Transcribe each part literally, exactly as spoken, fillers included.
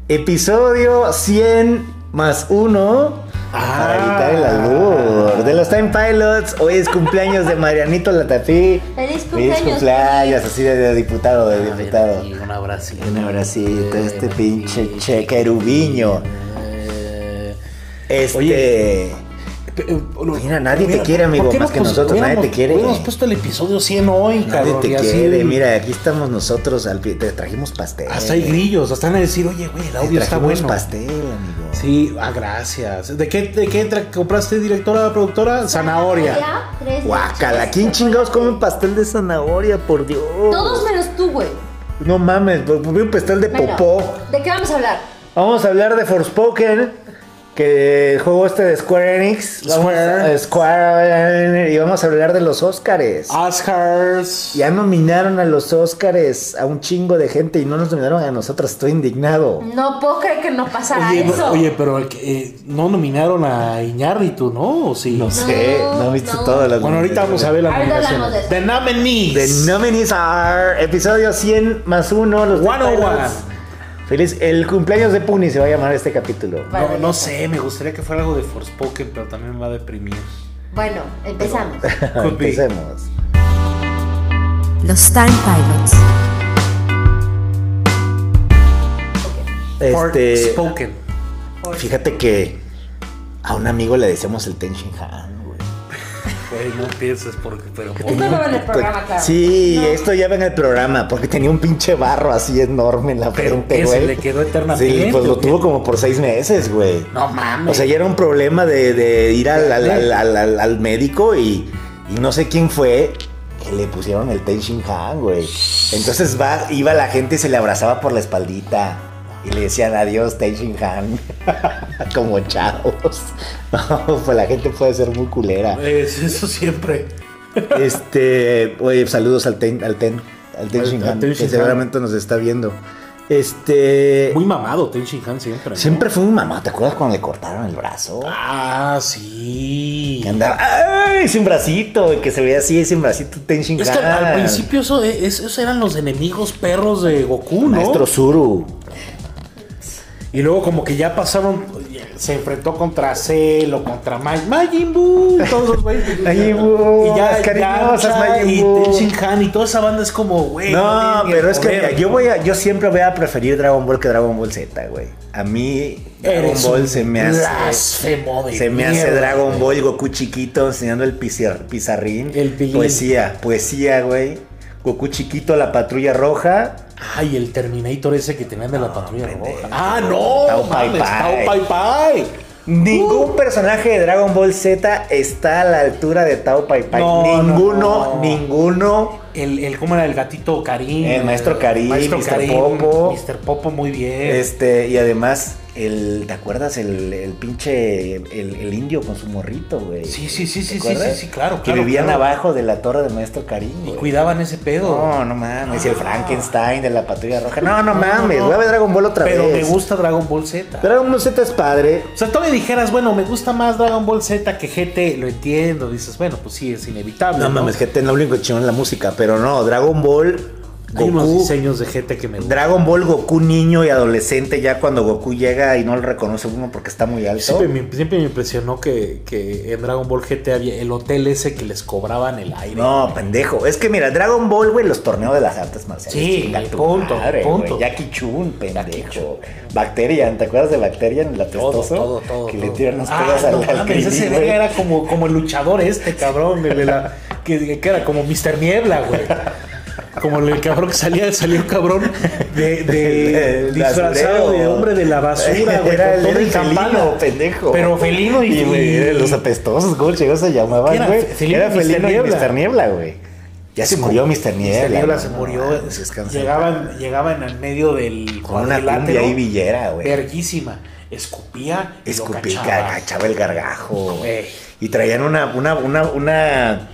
Episodio cien más uno. Ah, para evitar el albur de los Time Pilots. Hoy es cumpleaños de Marianito Latafí. Feliz cumpleaños. Feliz cumpleaños, así de, de diputado, de diputado. Y un abracito. Un abracito, este pinche che querubiño. Este. Oye, mira, nadie te quiere, amigo, más que nosotros, nadie te quiere. Hemos puesto el episodio cien hoy, Nadie cabrón. te y así- quiere, mira, aquí estamos nosotros, al pie- te trajimos pastel. Hasta hay grillos, hasta van a decir, oye, güey, el Te audio está trajimos bueno. pastel, amigo. Sí, ah, gracias. ¿De qué, de qué tra- compraste, directora, productora? Zanahoria. Tres Guácala, leches. ¿quién chingados come pastel de zanahoria, por Dios? Todos menos tú, güey. No mames, vi un pastel de Bueno, popó. ¿de qué vamos a hablar? Vamos a hablar de Forspoken, que el juego este de Square Enix. Vamos Square. a- Square. Y vamos a hablar de los Oscars. Oscars. Ya nominaron a los Oscars a un chingo de gente y no nos nominaron a nosotros. Estoy indignado. No puedo creer que no pasara Oye, eso. no- oye, pero el que, eh, no nominaron a Iñárritu, ¿no? ¿O sí? No sé, no he visto no. todas las Bueno, ahorita vamos a ver las Ahorita hablamos nominaciones. de The nominees. The nominees are episodio cien más uno. Los ciento uno. Pilots. Feliz, el cumpleaños de Puni se va a llamar este capítulo. Bueno, No, no ya sé, me gustaría que fuera algo de Forspoken, pero también me va a deprimir. Bueno, empezamos. Could be. Empecemos. Los Time Pilots. Este, Forspoken. fíjate que a un amigo le decíamos el Ten Shin Han, güey. Güey, no pienses porque, pero Esto no va en el programa, claro. Sí, No. esto ya va en el programa, porque tenía un pinche barro así enorme en la Pero frente, ¿qué, se güey. le quedó eternamente. Sí, pues ¿o lo qué? tuvo como por seis meses, güey. No mames. O sea, ya era un problema de, de ir al, al, al, al- al- al médico y, y no sé quién fue que le pusieron el Ten Shin Han, güey. Entonces va, iba la gente y se le abrazaba por la espaldita y le decían adiós, Ten Shin Han. Como chavos. No, pues la gente puede ser muy culera. Es eso siempre. Este, oye, saludos al Ten, al Ten, al Ten Al- Shin al Han, Ten que Shin Han. seguramente nos está viendo. Este, Muy mamado, Ten Shin Han siempre. ¿no? siempre fue un mamá. ¿Te acuerdas cuando le cortaron el brazo? Ah, sí. Que andaba, ¡ay! Sin bracito, y que se veía así, sin bracito, Ten Shin Es Han. que al principio eso, es- esos eran los enemigos perros de Goku, ¿no? Maestro Zuru. Y luego como que ya pasaron, se enfrentó contra Cell o contra Maj- Majin Buu, todos los güeyes. Majin Buu, las cariñosas Yamcha Majin y Buu. Ten Shin Han y toda esa banda es como, güey. No, tienen ni pero el es que poder, mira, yo ¿no? voy a, yo siempre voy a preferir Dragon Ball que Dragon Ball Z, güey. A mí Dragon Eres Ball un se me hace blasfemo de se me hace mierda, Dragon güey. Ball Goku chiquito enseñando el pizar- pizarrín. El pilín. Poesía, poesía, güey. Goku chiquito, la patrulla roja. Ay, el Terminator ese que tenían de la patrulla pendejo. roja. Ah, no, Tao Pai mames, Pai. Tao Pai Pai. Ningún personaje de Dragon Ball Z está a la altura de Tao Pai Pai. No, ninguno, no, no. ninguno. El, el, ¿cómo era el gatito Karim? El maestro Karim, Maestro mister Karim, Popo. mister Popo, muy bien. Este, y además, el, ¿te acuerdas? El, el pinche, el, el indio con su morrito, güey. Sí, sí, sí, ¿Te sí, sí, acuerdas? sí, sí, claro, Que claro, vivían claro. abajo de la torre del maestro Karim, Y güey. cuidaban ese pedo. No, no mames. Y el Ah. Frankenstein de la patrulla roja. No, no, No, mames. no. Voy a ver Dragon Ball otra Pero vez. me gusta Dragon Ball Z. Dragon Ball Z es padre. O sea, tú me dijeras, bueno, me gusta más Dragon Ball Z que G T, lo entiendo. Dices, bueno, pues sí, es inevitable. No mames, G T no lo único chingón es la música. Pero no, Dragon Ball. Hay unos Goku. diseños de G T que me gustan. Dragon Ball Goku niño y adolescente, ya cuando Goku llega y no lo reconoce uno porque está muy alto. Siempre me, siempre me impresionó que, que en Dragon Ball G T había el hotel ese que les cobraban el aire. No, pendejo. Es que mira, Dragon Ball, güey, los torneos de las artes marciales. Sí, chinga el tu punto, madre, punto. güey. Jackie Chun, pendejo. Jackie Chun. Bacterian, ¿te acuerdas de Bacterian, la Todo, testoso? todo, todo. Que todo. le tiran las Ah, pedas no al, al mames, ese Krillin, verga güey. era como, como el luchador este, cabrón. el de la, que, que era como mister Niebla, güey. Como el cabrón que salía, salió un cabrón de, de El disfrazado basurero. de hombre de la basura, güey. Era con el, todo era y el campana. felino, pendejo. Pero felino y, Y, güey, eran los apestosos, ¿cómo chingados se llamaban, Era güey? Fe- Felino Era y mister Felino y Niebla. mister Niebla, güey. Ya se murió mister Niebla. mister Niebla ¿no? se No, murió. mames, descansa. llegaban, llegaban en medio del Con una cuadrilátero, cumbia ahí villera, güey. verguísima. Escupía y Escupí, lo cachaba. cachaba el gargajo. Güey. Y traían una, una, una, una.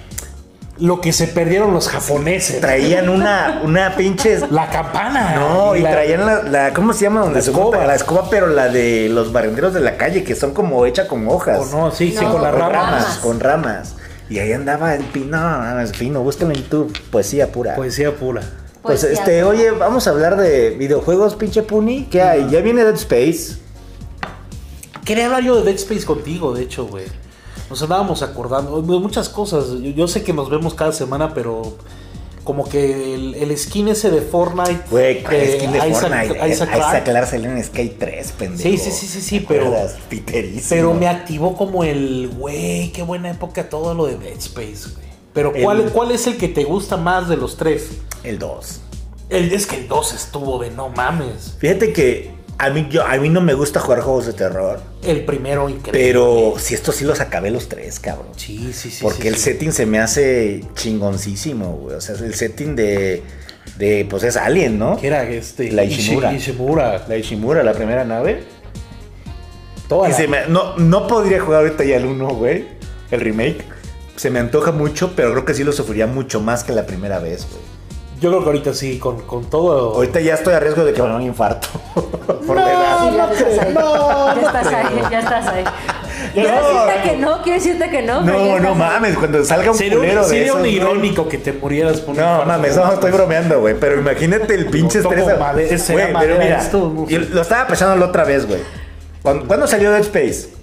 Lo que se perdieron los japoneses. Traían una, una pinche. La campana. No, y la- traían la, la- ¿cómo se llama? Donde La se escoba. junta? La escoba, pero la de los barrenderos de la calle, que son como hecha con hojas. Oh, no, sí, sí, No, con las con ramas. ramas, con ramas. Y ahí andaba el pino, no, es fino, búsquenlo en YouTube, poesía pura. Poesía pura. Pues, Pues, este, ya. oye, vamos a hablar de videojuegos, pinche Puni. ¿Qué hay? Ya viene Dead Space. Quería hablar yo de Dead Space contigo, de hecho, güey. Nos andábamos acordando de muchas cosas. Yo, yo sé que nos vemos cada semana, pero como que el, el skin ese de Fortnite. Güey, ¿cuál eh, skin de Isaac- Fortnite? Isaac Isaac Clarke. Clarke salió en Skate tres, pendejo. Sí, sí, sí, sí, sí, ¿Te pero- acuerdas? Piterísimo. Pero me activó como el, güey, qué buena época todo lo de Dead Space, güey. Pero ¿cuál, El- ¿cuál es el que te gusta más de los tres? El dos. El, es que el dos estuvo de no mames. Fíjate que a mí, yo, a mí no me gusta jugar juegos de terror. El primero increíble. Pero si estos sí los acabé los tres, cabrón. Sí, sí, sí. Porque sí, el sí. setting se me hace chingoncísimo, güey. O sea, el setting de, de pues es Alien, ¿no? Que era este. La Ishimura. Ishi- Ishimura. La Ishimura, la primera nave. Toda Y la- se me- no, no podría jugar ahorita ya el uno, güey. El remake. Se me antoja mucho, pero creo que sí lo sufriría mucho más que la primera vez, güey. Yo creo que ahorita sí, con, con todo. Ahorita ya estoy a riesgo de que me dé un infarto. Por la edad. Sí, ya estás ahí. no, ya estás ahí, ya estás ahí. Quiero No. decirte que no, quiero decirte que no. pero ya No, no estás ahí. mames, cuando salga un Sería, culero un, de sería esos, un güey. irónico que te murieras por un No infarto. mames, no, estoy bromeando, güey. Pero imagínate el pinche No, estrés. toco madera, será Güey, pero madera mira, esto, no sé. yo lo estaba pensando la otra vez, güey. ¿Cuándo, ¿Cuándo salió Dead Space?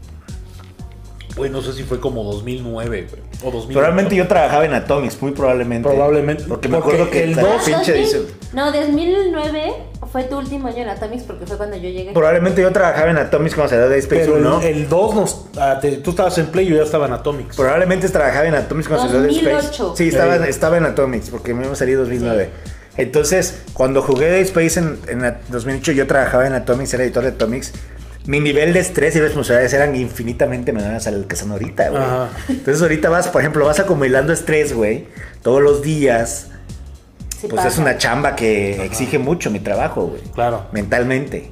Güey, no sé si fue como dos mil nueve, güey. O dos mil. Probablemente yo trabajaba en Atomics, muy probablemente. Probablemente. Porque me Porque acuerdo que el salió dos- pinche dos mil edición. No, dos mil nueve fue tu último año en Atomics porque fue cuando yo llegué. Probablemente yo trabajaba en Atomics cuando salió Dead Space Pero uno. el, el dos nos. ah, te- tú estabas en Play, yo ya estaba en Atomics. Probablemente trabajaba en Atomics cuando salió Dead Space. dos mil ocho. Sí, estaba, Sí. estaba en Atomics porque me iba a salir dos mil nueve. Entonces, cuando jugué Dead Space en, en dos mil ocho, yo trabajaba en Atomics, era editor de Atomics. Mi nivel de estrés y responsabilidades eran infinitamente menores al que son ahorita, güey. Ajá. Entonces, ahorita vas, por ejemplo, vas acumulando estrés, güey, todos los días. Sí Pues pasa. es una chamba que exige mucho mi trabajo, güey. Claro. Mentalmente.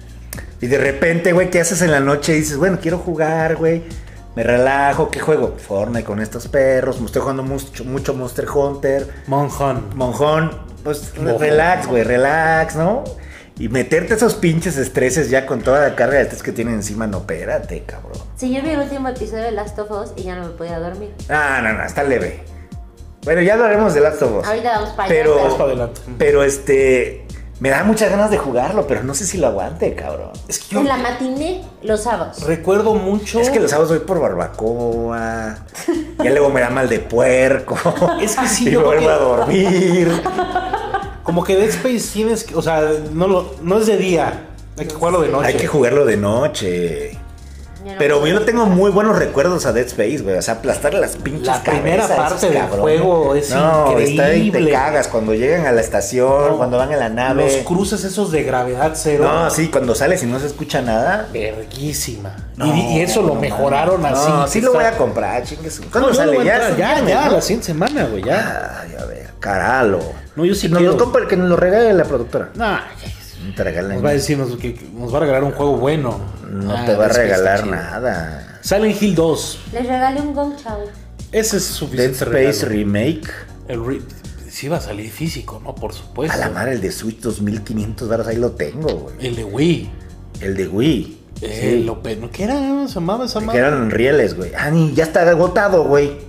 Y de repente, güey, ¿qué haces en la noche? Y dices, bueno, quiero jugar, güey. Me relajo, ¿qué juego? Fortnite con estos perros. Me estoy jugando mucho, mucho Monster Hunter. Monjan. Monjón. Pues Monjón. relax, güey, relax, ¿no? Y meterte esos pinches estreses ya con toda la carga de estrés que tienen encima, no, espérate, cabrón. Sí, yo vi el último episodio de Last of Us y ya no me podía dormir. Ah, no, no, está leve. Bueno, ya hablaremos de Last of Us. Ahorita vamos para allá. Pero- Vamos para adelante. Pero este... Me da muchas ganas de jugarlo, pero no sé si lo aguante, cabrón. Es que yo En la matiné los sábados. recuerdo mucho. Es que los sábados voy por barbacoa. Ya luego me da mal de puerco. Es que sí, y yo me creo vuelvo que- a dormir. Como que Dead Space tienes que. O sea, no, lo, no es de día. Hay que jugarlo de noche. Hay que jugarlo de noche. Ya no Pero puedo. yo no tengo muy buenos recuerdos a Dead Space, güey. O sea, aplastarle las pinches La primera cabezas a parte esos del cabrones. juego es no, está bien, te increíble. cagas cuando llegan a la estación, No, cuando van en la nave. Los cruces esos de gravedad cero. No, sí, cuando sales y no se escucha nada. Verguísima. No, y, y eso lo no, mejoraron no, así. No, sí lo voy a Está- comprar, chingues. No, ¿Cuándo yo sale? lo voy a entrar, es ya, viernes, ya, ¿no? la siguiente semana, güey, ya. Ay, a ver, caralo. No, yo sí nos quiero. lo compre, que nos lo regale la productora. No, No te regalen. nos va a decir nos- que que nos va a regalar un juego bueno. No Ah, te va a Dead Space regalar está chido. nada. Silent Hill dos. Les regalé un Gong Chao. Ese es Dead suficiente. Space regalo. Remake. El re- sí va a salir físico, ¿no? Por supuesto. A la madre, el de Switch dos mil quinientos baros, ahí lo tengo, güey. El de Wii. El de Wii. Eh, Sí. lo pe- ¿no? ¿Qué era? ¿Se llamaba esa Que madre? eran rieles, güey. Ah, ni, ya está agotado, güey.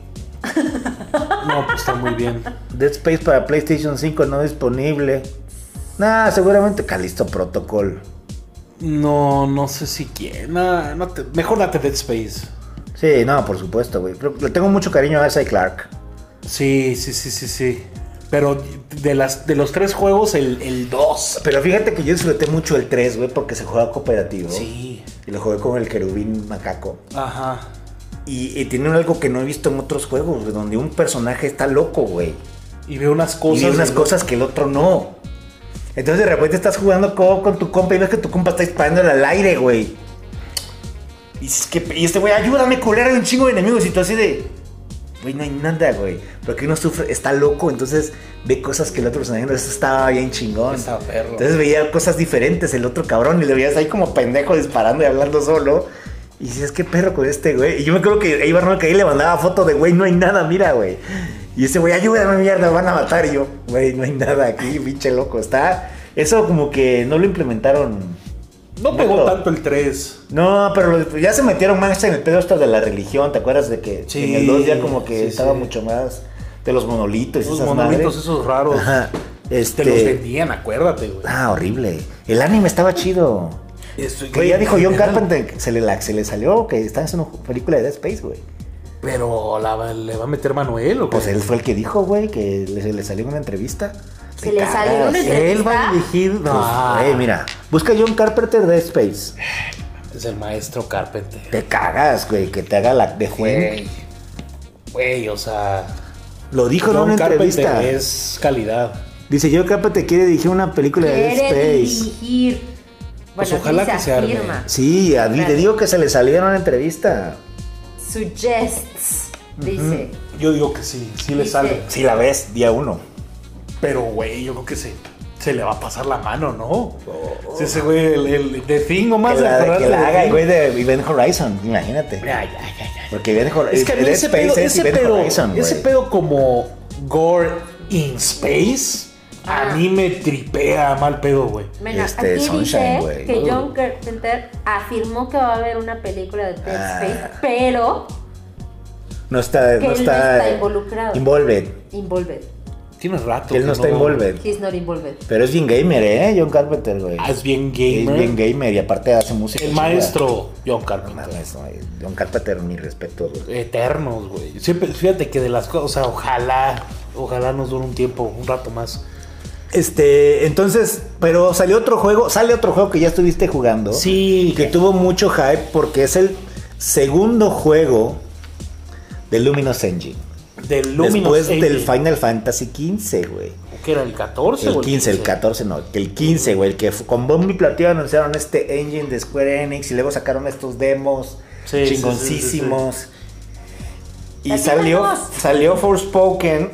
No, pues está muy bien. Dead Space para PlayStation cinco no disponible. Nah, seguramente Callisto Protocol. No, no sé si quién. No, no te- mejor date Dead Space. Sí, no, por supuesto, güey. Pero le tengo mucho cariño a Isaac Clarke. Sí, sí, sí, sí, sí. Pero de las de los tres juegos, el dos. Pero fíjate que yo disfruté mucho el tres, güey, porque se juega cooperativo. Sí. Y lo jugué con el querubín macaco. Ajá. Y, y tiene algo que no he visto en otros juegos, güey, donde un personaje está loco, güey. Y veo unas Y cosas. ve unas de- cosas que el otro no. Entonces de repente estás jugando co- con tu compa y ves que tu compa está disparando al aire, güey. Y dices que, y este güey, ayúdame, culero, hay un chingo de enemigos. Y tú así de, güey, no hay nada, güey. Porque uno sufre, está loco, entonces ve cosas que el otro personaje no, eso estaba bien chingón. Estaba perro. Entonces veía cosas diferentes el otro cabrón y le veías ahí como pendejo disparando y hablando solo. Y dices, qué perro con este, güey. Y yo me acuerdo que Ibar no que ahí le mandaba foto de, güey, no hay nada, mira, güey. Y ese güey, ayúdame, mierda, me van a matar. Y yo, güey, no hay nada aquí, pinche loco. Está, eso como que no lo implementaron. No pegó Mucho. tanto el tres. No, pero lo- ya se metieron más en el pedo esto de la religión. ¿Te acuerdas de que Sí, en el dos ya como que sí, estaba sí. mucho más de los monolitos y Esos esas monolitos, madres? esos raros. Ajá. Este... Te los vendían, acuérdate, güey. Ah, horrible. El anime estaba chido. Estoy- Que ya dijo John Carpenter que se le, la- se le salió que está en una película de Dead Space, güey. Pero la- le va a meter Manuel, ¿o qué? Pues él fue el que dijo, güey, que le, se le salió en una entrevista. Se Te le cagas. salió una entrevista. Él va a dirigir. No, Pues, güey, mira, busca John Carpenter Dead Space. es el maestro Carpenter. Te cagas, güey, que te haga la de juego. Güey, güey, o sea. Lo dijo en John una Carpenter entrevista. es calidad. Dice, John Carpenter quiere dirigir una película de Dead Quiere Space. dirigir. Pues Bueno, ojalá sí que se arme. afirma. Sí, a mí te digo que se le salió en una entrevista. Suggests, dice. Yo digo que sí, sí le Dice- sale. Si la ves, día uno. Pero, güey, yo creo que se, se le va a pasar la mano, ¿no? Si ese güey, el, el The Thing nomás. Que la, acordate que la de haga el Thing. güey de Event Horizon, imagínate. Ya, ya, ya, ya. Porque Event Horizon Es que a mí Dead ese Space pedo, es ese, Event pedo, Horizon, ese güey. pedo como Gore in Space, Ah. a mí me tripea mal pedo, güey. Bueno, Este, aquí Sunshine, dice güey. que John Carpenter afirmó que va a haber una película de Dead Ah. Space, pero No está, que no él está, no está involucrado. Involved. Involved. Tiene rato. Que él no está involved. He's not involved. Pero es bien gamer, ¿eh? John Carpenter, güey. Ah, es bien Es gamer. bien gamer y aparte hace música. El chida. maestro John No Carpenter. mames, no, John Carpenter, mi respeto, güey. Eternos, güey. Siempre, fíjate que de las cosas, o sea, ojalá, ojalá nos dure un tiempo, un rato más. Este, entonces, pero salió otro juego, sale otro juego que ya estuviste jugando. Sí. Que tuvo mucho hype porque es el segundo juego de Luminous Engine. Del Luminous Después Engine. del Final Fantasy quince, güey. ¿Qué era el catorce El o el quince, el catorce no, el quince, güey, el que fue- con bombo y platillo anunciaron este engine de Square Enix y luego sacaron estos demos Sí, sí, chingoncísimos. Y Así salió, vamos. salió Forspoken,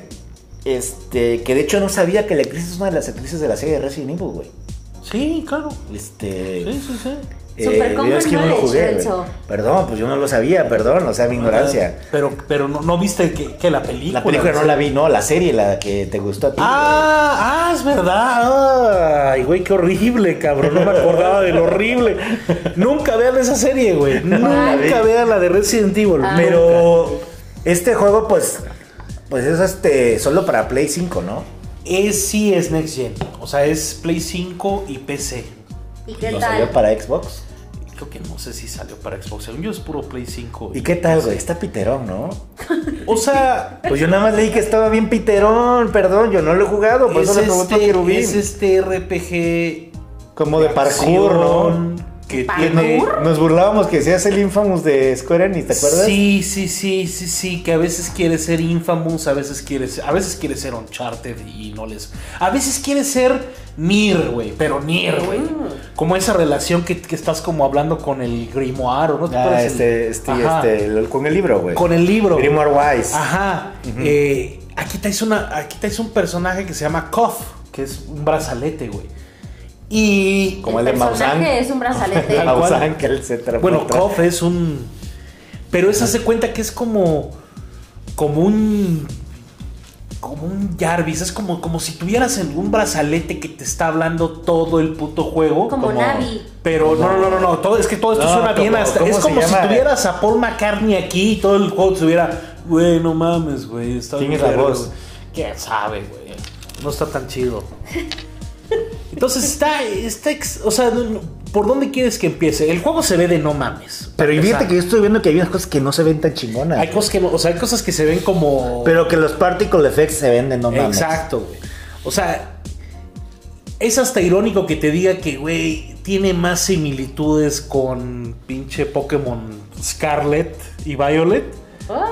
este, que de hecho no sabía que la actriz es una de las actrices de la serie de Resident Evil, güey. Sí, claro. Este, Sí, sí, sí. Super yo common es que yo no lo knowledge, jugué, güey. Renzo. Perdón, pues yo no lo sabía, perdón, o sea, mi ignorancia. Pero, pero no, no viste que, que la película. La película no la vi, no, la serie, la que te gustó a ti. Ah, ah, es verdad. Ay, güey, qué horrible, cabrón. No me acordaba de lo horrible. Nunca vean esa serie, güey. Nunca vean la de Resident Evil. Ah. Pero este juego, pues, pues es este solo para Play cinco, ¿no? Es, sí, es Next Gen. O sea, es Play cinco y P C. ¿Y qué ¿No tal? salió para Xbox? Creo que no sé si salió para Xbox. Según yo es puro Play cinco. ¿Y qué tal, güey? Está piterón, ¿no? O sea, Pues yo nada más leí que estaba bien piterón, perdón, yo no lo he jugado, por es eso le pregunto a este, Querubín. es este R P G Como de parkour, ¿no? acción que ¿Parkour? tiene. Nos burlábamos que seas el Infamous de Square Enix, ¿te acuerdas? Sí, sí, sí, sí, sí, que a veces quiere ser Infamous, a veces quiere ser, a veces quiere ser Uncharted y no les... A veces quiere ser Nier, güey, pero Nier, güey. Como esa relación que, que estás como hablando con el Grimoire, ¿o ¿no te Ah, acuerdas? este, este, Ajá. este, el- con el libro, güey. Con el libro. Grimoire Wise. Ajá. Eh, aquí traes una, aquí traes un personaje que se llama Koff, que es un brazalete, güey. Y... Como el el de Maussan. personaje es un brazalete. Tal cual. Maussan, que él se tra- Bueno, tra- Koff es un... Pero eso se cuenta que es como... Como un... Como un Jarvis. Es como, como si tuvieras en un brazalete que te está hablando todo el puto juego. Como Navi. Pero no, no, no, no. Todo, es que todo esto No, suena bien como- hasta... ¿cómo Es se como si llama? tuvieras a Paul McCartney aquí y todo el juego estuviera... Güey, no mames, güey. Está ¿Quién bien es la verga, voz? güey. ¿Quién sabe, güey? No está tan chido. Entonces está... está ex- o sea, no- no- ¿por dónde quieres que empiece? El juego se ve de no mames. Pero y para fíjate empezar. que yo estoy viendo que hay unas cosas que no se ven tan chingonas. Hay cosas que no, o sea, hay cosas que se ven como... Pero que los particle effects se ven de no mames. Exacto, güey. O sea, es hasta irónico que te diga que, güey, tiene más similitudes con pinche Pokémon Scarlet y Violet. Ah,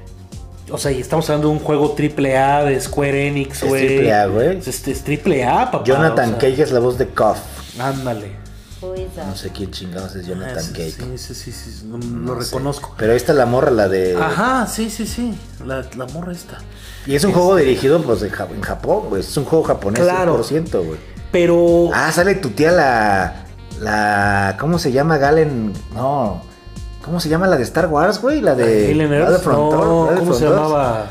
O sea, y estamos hablando de un juego triple A de Square Enix, Es güey. triple A, güey. Es, es triple A, papá. Jonathan o sea, Cage es la voz de Koff. Ándale. cuidado. No sé quién chingados es Ah, Jonathan sí, Cage. sí, sí, sí, sí, no- lo No sé. reconozco. Pero ahí está la morra, la de... Ajá, sí, sí, sí. La, la morra esta. Y es un juego dirigido pues en Ja- en Japón, güey. Es un juego japonés Claro. cien por ciento, güey. Pero... Ah, sale tu tía la... La... ¿Cómo se llama? Galen... No... ¿Cómo se llama la de Star Wars, güey? La de... Alien Earth, Battlefront no, dos, ¿cómo se Battlefront dos. llamaba?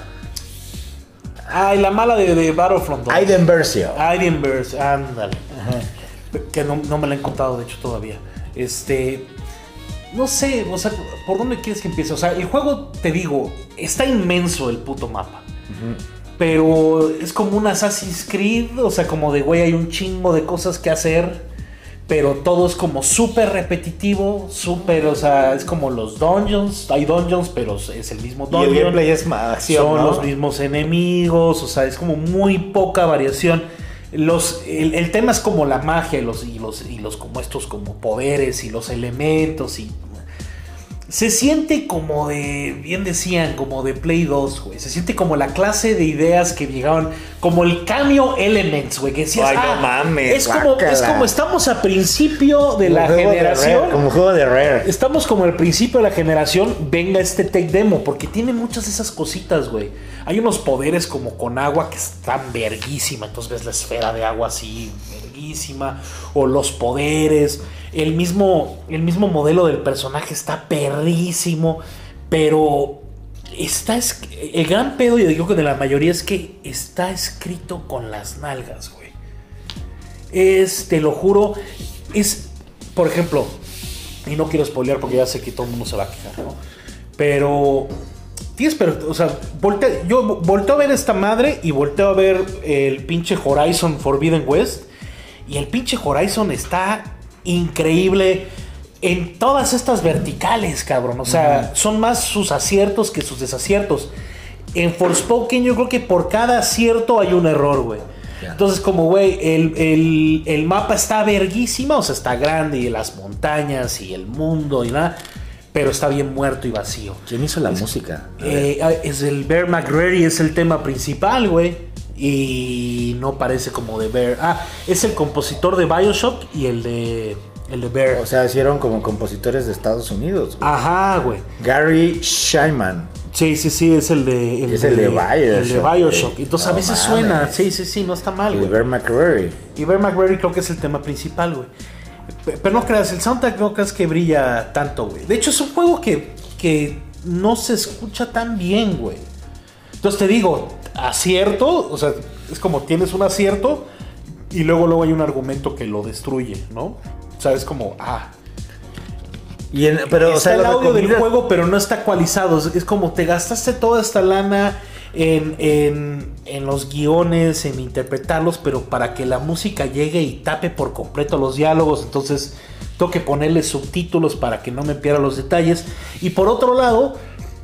Ay, la mala de, de Battlefront dos. Aiden Versio. Aiden Burst, ándale. Que no, no me la han contado, de hecho, todavía. Este... No sé, o sea, ¿por dónde quieres que empiece? O sea, el juego, te digo, está inmenso el puto mapa. pero es como un Assassin's Creed, o sea, como de, güey, hay un chingo de cosas que hacer, pero todo es como súper repetitivo, súper, o sea, es como los dungeons, hay dungeons, pero es el mismo dungeon. Y el gameplay es más acción, son ¿no? los mismos enemigos, o sea, es como muy poca variación. Los, el, el tema es como la magia y los, y los, y los como estos como poderes y los elementos y se siente como de, bien decían, como de Play dos, güey. Se siente como la clase de ideas que llegaban, como el Cameo Elements, güey. Que decías, ay, ah, no mames, es como, es como estamos a principio de como la generación. De Rare, como juego de Rare. Estamos como al principio de la generación. Venga este tech demo, porque tiene muchas de esas cositas, güey. Hay unos poderes como con agua que están verguísima. Entonces ves la esfera de agua así, verguísima. O los poderes. El mismo, el mismo modelo del personaje está perrísimo, pero está es, el gran pedo, yo digo que de la mayoría es que está escrito con las nalgas, güey. Es, te lo juro, es, por ejemplo, y no quiero spoilear porque ya sé que todo el mundo se va a quejar, ¿no? Pero, tienes, pero, o sea, volteo, yo volteo a ver esta madre y volteo a ver el pinche Horizon Forbidden West, y el pinche Horizon está increíble en todas estas verticales, cabrón. O sea, uh-huh. son más sus aciertos que sus desaciertos. En Forspoken yo creo que por cada acierto hay un error, güey. Yeah. Entonces, como, güey, el, el, el mapa está verguísima, o sea, está grande y las montañas y el mundo y nada, pero está bien muerto y vacío. ¿Quién hizo la es, música? Eh, es el Bear McCreary, es el tema principal, güey. Y no parece como de Bear. Ah, es el compositor de BioShock y el de el de Bear. O sea, hicieron como compositores de Estados Unidos, güey. Ajá, güey. Gary Scheinman. Sí, sí, sí, es el de el es de, el de BioShock. El de BioShock. Entonces, no, a veces mames. Suena. Sí, sí, sí, no está mal, güey. Y Bear McCreary. Y Bear McCreary creo que es el tema principal, güey. Pero no creas, el soundtrack no creas que brilla tanto, güey. De hecho, es un juego que, que no se escucha tan bien, güey. Entonces te digo, acierto, o sea, es como tienes un acierto y luego luego hay un argumento que lo destruye, ¿no? O sea, es como, ah. Y en, pero, está o sea, el audio recomiendas... del juego, pero no está actualizado. Es como te gastaste toda esta lana en, en, en los guiones, en interpretarlos, pero para que la música llegue y tape por completo los diálogos, entonces tengo que ponerle subtítulos para que no me pierda los detalles. Y por otro lado,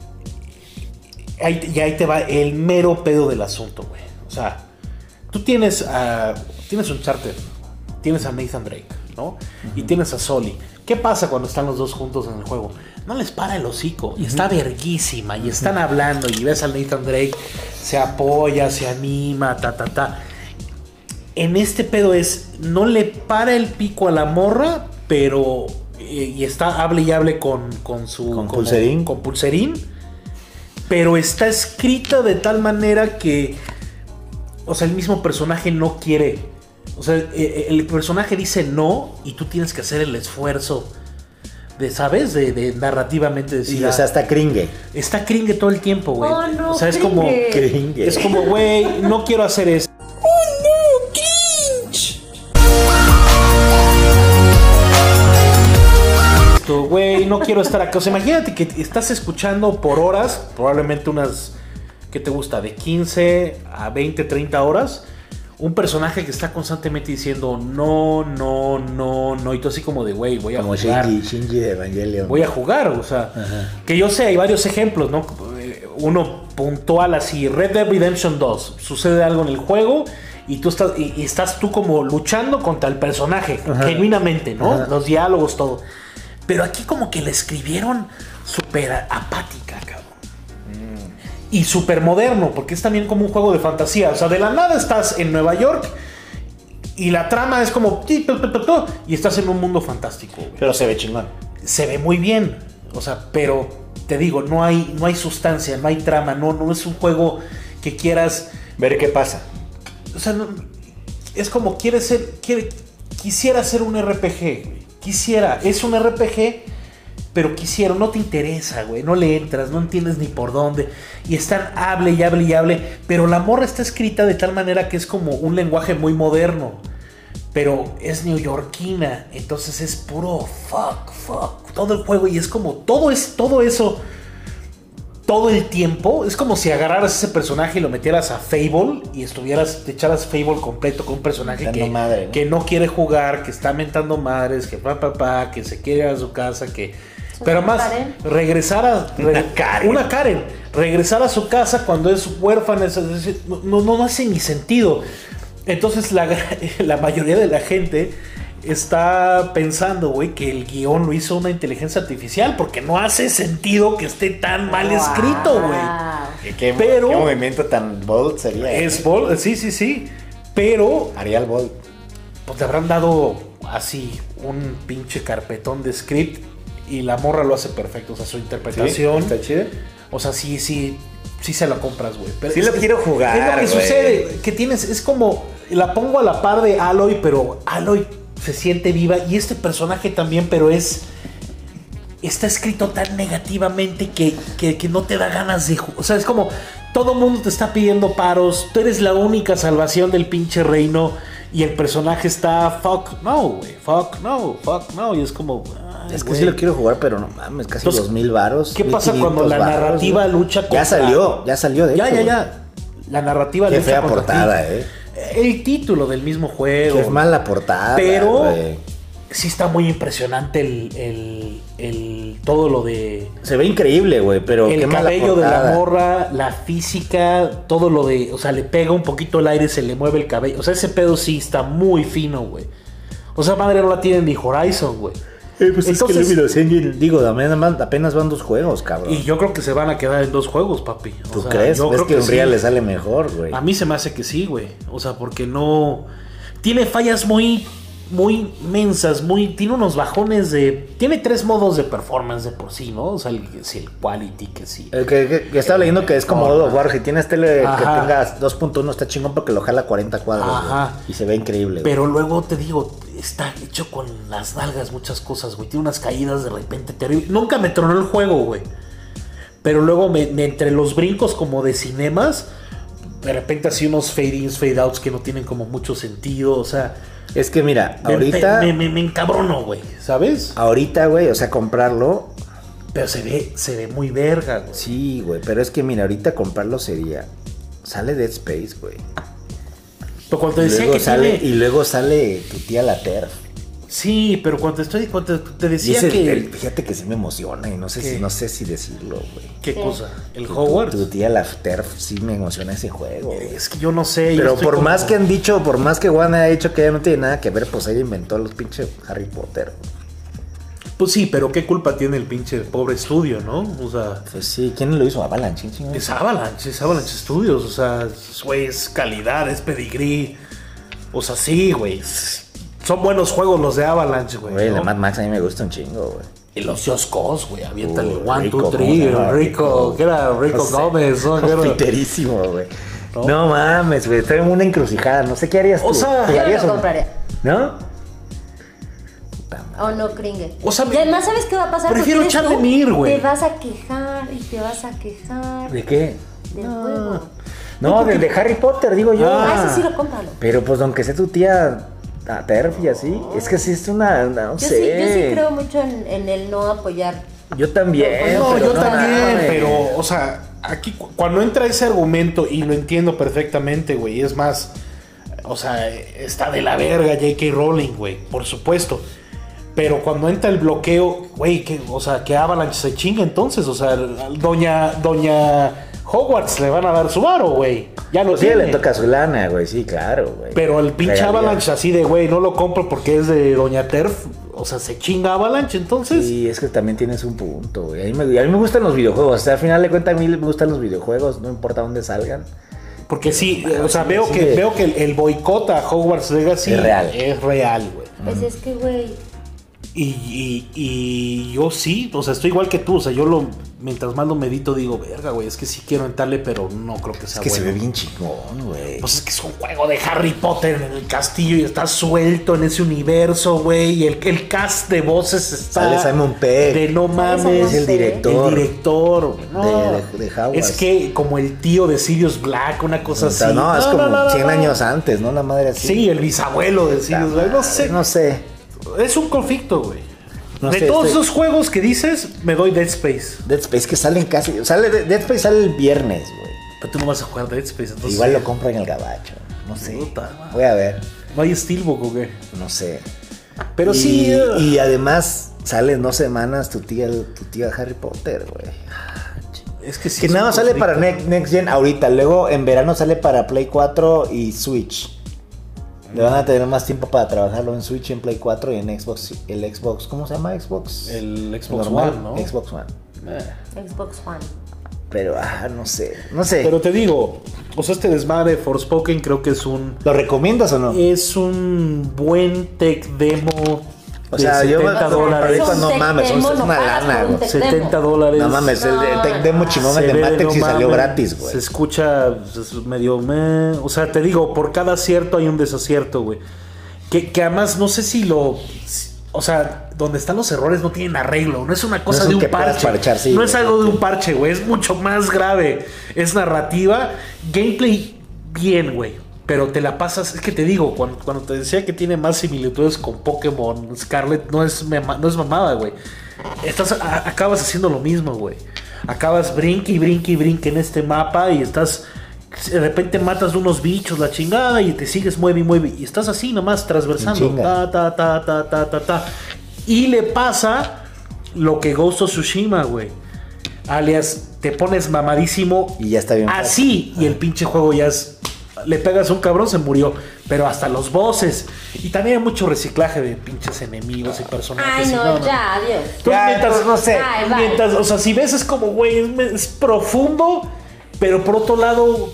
ahí, y ahí te va el mero pedo del asunto, güey. O sea, tú tienes a, tienes un charter, tienes a Nathan Drake, ¿no? Uh-huh. Y tienes a Sully. ¿Qué pasa cuando están los dos juntos en el juego? No les para el hocico, y está verguísima, y están hablando, y ves a Nathan Drake, se apoya, se anima, ta, ta, ta. En este pedo es, no le para el pico a la morra, pero, eh, y está, hable y hable con, con su... Con como, pulserín. Con pulserín, pero está escrita de tal manera que, o sea, el mismo personaje no quiere. O sea, el personaje dice no y tú tienes que hacer el esfuerzo de, ¿sabes? De, de narrativamente decir. Sí, o sea, está cringe. Está cringe todo el tiempo, güey. Oh, no, o sea, es cringe. como. Cringe. Es como, güey, no quiero hacer eso. ¡Oh, no! ¡Cringe! Güey, no quiero estar acá. O sea, imagínate que estás escuchando por horas, probablemente unas, ¿qué te gusta? De quince a veinte, treinta horas. Un personaje que está constantemente diciendo no, no, no, no. Y tú así como de, güey, voy a como jugar. Shinji, Shinji de Evangelion. Voy a jugar, o sea. Ajá. Que yo sé, hay varios ejemplos, ¿no? Uno puntual así, Red Dead Redemption dos. Sucede algo en el juego y tú estás, y, y estás tú como luchando contra el personaje, ajá, genuinamente, ¿no? Ajá. Los diálogos, todo. Pero aquí como que la escribieron súper apática, cabrón. Y súper moderno, porque es también como un juego de fantasía. O sea, de la nada estás en Nueva York y la trama es como... y estás en un mundo fantástico, güey. Pero se ve chingón. Se ve muy bien. O sea, pero te digo, no hay, no hay sustancia, no hay trama. No, no es un juego que quieras... ver qué pasa. O sea, no, es como quieres ser... Quiere, quisiera ser un R P G, güey. Quisiera. Es un R P G... pero quisiera, no te interesa, güey, no le entras, no entiendes ni por dónde, y están hable y hable y hable, pero la morra está escrita de tal manera que es como un lenguaje muy moderno, pero es neoyorquina, entonces es puro fuck, fuck, todo el juego, y es como, todo es, todo eso, todo el tiempo, es como si agarraras ese personaje y lo metieras a Fable y estuvieras, te echaras Fable completo con un personaje Mentando que, madre, ¿no? que no quiere jugar, que está mentando madres, que pa, pa, pa, que se quiere ir a su casa, que... Pero más, Karen. regresar a... Re, Una Karen. Una Karen. Regresar a su casa cuando es huérfana, es, es, no, no, no hace ni sentido. Entonces la, la mayoría de la gente está pensando, güey, que el guión lo hizo una inteligencia artificial porque no hace sentido que esté tan mal escrito, güey. ¿Qué, qué, Pero- qué movimiento tan bold sería? Es eh? bol- sí, sí, sí. Pero Arial bold. pues le habrán dado así un pinche carpetón de script y la morra lo hace perfecto. O sea, su interpretación. ¿Está chido? O sea, sí, sí, sí se la compras, güey. Pero Sí es- lo quiero jugar, Es lo que güey. sucede, que tienes, es como, la pongo a la par de Aloy, pero Aloy se siente viva y este personaje también, pero es, está escrito tan negativamente que, que, que no te da ganas de jugar. O sea, es como, todo mundo te está pidiendo paros, tú eres la única salvación del pinche reino y el personaje está, fuck, no, güey, fuck, no, fuck, no, y es como... ay, Es que güey. sí lo quiero jugar, pero no mames, casi Entonces, dos mil varos. ¿qué mil pasa cuando quinientos la varos, narrativa güey. lucha contra... Ya salió, ya salió de Ya, hecho, ya, güey. ya. La narrativa Qué lucha fea contra portada, ti. eh. El título del mismo juego. Qué mala portada, Pero güey. sí está muy impresionante el, el, el- todo lo de... Se ve increíble, güey, pero qué El mala cabello de la portada. morra, la física, todo lo de... O sea, le pega un poquito el aire, se le mueve el cabello. O sea, ese pedo sí está muy fino, güey. O sea, madre no la tiene ni Horizon, güey. Eh, pues Entonces- es que Luminous Engine, digo, apenas, apenas van dos juegos, cabrón. Y yo creo que se van a quedar en dos juegos, papi. O ¿Tú sea, crees? yo ¿Ves creo que que Unreal sí. le sale mejor, güey? A mí se me hace que sí, güey. O sea, porque no... Tiene fallas muy... Muy mensas, muy... Tiene unos bajones de... Tiene tres modos de performance de por sí, ¿no? O sea, el, sí, el quality, que sí. El que, que- que estaba leyendo que es como God of War. Si tienes tele Ajá. que tengas dos punto uno, está chingón porque lo jala cuarenta cuadros, Ajá. güey. Y se ve increíble, güey. Pero luego te digo, está hecho con las nalgas muchas cosas, güey. Tiene unas caídas de repente terribles. Nunca me tronó el juego, güey. Pero luego me, me- entre los brincos como de cinemas, de repente así unos fade-ins, fade-outs que no tienen como mucho sentido. O sea, Es que mira, me- ahorita... me, me, me encabrono, güey. ¿Sabes? Ahorita, güey, o sea, comprarlo... Pero se ve, se ve muy verga, güey. Sí, güey, pero es que mira, ahorita comprarlo sería... Sale Dead Space, güey. Pero cuando te Y decía luego que sale, tiene... y luego sale tu tía la Terf. Sí, pero cuando te estoy... Cuando te Y decía ese- que... el- fíjate que sí me emociona y no sé ¿Qué? si no sé si decirlo, güey. ¿Qué ¿Qué? cosa? ¿El Tu- Hogwarts? Tu, tu tía la Terf sí me emociona ese juego, güey. Es que yo no sé. yo Pero estoy por como- más que han dicho, por más que Juan haya dicho que ella no tiene nada que ver, pues ella inventó los pinches Harry Potter. Pues sí, pero qué culpa tiene el pinche pobre estudio, ¿no? O sea, Pues sí, ¿quién lo hizo? Avalanche, chingón. es Avalanche, es Avalanche Studios. O sea, es, güey, es calidad, es pedigrí. O sea, sí, güey. es- Son buenos juegos los de Avalanche, güey. Güey, ¿no? la Mad Max a mí me gusta un chingo, güey. Y los Just Cause, güey. Aviéntale Uh, one, Rico, two, ¿cómo three. se llama? Rico, ¿qué era? Rico No sé. Gómez, ¿no? ¿Qué era? Piterísimo, güey. ¿No? No mames, güey. Estoy en una encrucijada. No sé qué harías tú. O sea, Yo ¿Jugarías no o lo compraría. ¿No? O no, Kringle. O sea, y además, ¿sabes qué va a pasar? prefiero Porque eres echarle tú, mir, güey. Te vas a quejar y te vas a quejar ¿De qué? del juego. No, del de Harry Potter, digo yo. Ah, ese sí lo cómpralo. Pero pues aunque sea tu tía a Terf y así, es que sí es una, no Yo sé. sí, yo sí creo mucho en, en el no apoyar. Yo también. No, pero yo también, mames. pero, o sea, aquí cu- cuando entra ese argumento, y lo entiendo perfectamente, güey, es más, o sea, está de la verga J K Rowling, güey, por supuesto. Pero cuando entra el bloqueo, güey, que, o sea, que Avalanche se chinga entonces, o sea, doña, doña Hogwarts le van a dar su varo, güey. Ya lo Pues sí, tiene. le toca su lana, güey, sí, claro, güey. Pero el pinche Regalía. Avalanche así de, güey, no lo compro porque es de doña Terf, o sea, se chinga Avalanche entonces. Sí, es que también tienes un punto, güey. A mí me, a mí me gustan los videojuegos. O sea, al final de cuentas, a mí me gustan los videojuegos, no importa dónde salgan. Porque sí, o sea, sí, veo sí. que veo que el, el boicot a Hogwarts Legacy Es real. es real, güey. Pues es que, güey, Y, y, y yo sí, o sea, estoy igual que tú, o sea, yo lo, mientras más lo medito digo, verga, güey, es que sí quiero entrarle, pero no creo que Es sea que bueno. se ve bien chingón, güey. Pues es que es un juego de Harry Potter en el castillo y está suelto en ese universo, güey, y el, el cast de voces está... Sale Simon Pegg. De no Sale mames. Simon el Pegg. director. El director, no. De- de- de Hogwarts. Es que como el tío de Sirius Black, una cosa O sea, así. no, es como no, no, cien no. años antes, ¿no? Una madre así. Sí, el bisabuelo de Sirius Black, no sé. No sé. Es un conflicto, güey. No de sé, todos estoy- esos juegos que dices, me doy Dead Space. Dead Space que salen casi. Sale, Dead Space sale el viernes, güey. Pero tú no vas a jugar Dead Space, entonces. Igual lo compro en el gabacho. No sé. Puta madre. Voy a ver. ¿No hay Steelbook o qué? No sé. Pero y, sí. uh, Y además sale en dos semanas tu tía, tu tía Harry Potter, güey. Es que sí. Que es nada un más sale para conflicto. Next, Next Gen ahorita. Luego en verano sale para Play cuatro y Switch. Le van a tener más tiempo para trabajarlo en Switch, en Play cuatro y en Xbox. El Xbox, ¿cómo se llama? Xbox. El Xbox normal, One, ¿no? Xbox One. Eh. Xbox One. Pero, ah, no sé. No sé. Pero te digo, o sea, este desmadre de Forspoken creo que es un. ¿Lo recomiendas o no? Es un buen tech demo. O de sea, yo me setenta acuerdo dólares. ahorita, no Tech mames, demo, son- es no una pagas lana, por un güey. tech demo. setenta dólares. No mames, el, el tech demo chingón, el Se de ve Matex no y salió mames, gratis, Se güey. escucha pues, medio meh. O sea, te digo, por cada acierto hay un desacierto, güey. Que, que además no sé si lo. O sea, donde están los errores no tienen arreglo. No es una cosa es de un un que puedas parche. parchar, sí, no es güey. algo de un parche, güey. Es mucho más grave. Es narrativa. Gameplay, bien, güey. Pero te la pasas. Es que te digo, cuando, cuando te decía que tiene más similitudes con Pokémon Scarlet, no es, mema- no es mamada, güey. Estás, a- acabas haciendo lo mismo, güey. Acabas brinque y brinque y brinque en este mapa y estás. De repente matas unos bichos, la chingada, y te sigues, mueve y mueve. Y estás así nomás transversando. En chinga. Ta, ta, ta, ta, ta, ta, ta. Y le pasa lo que Ghost of Tsushima, güey. Alias, te pones mamadísimo. Y ya está bien. Así, y el pinche juego ya es. Le pegas a un cabrón, se murió. Pero hasta los bosses. Y también hay mucho reciclaje de pinches enemigos y personajes. Ay, y no, ya, adiós. Tú Ya, mientras, pues, no sé. Ay, bye. mientras- o sea, si ves es como, güey, es, es profundo, pero por otro lado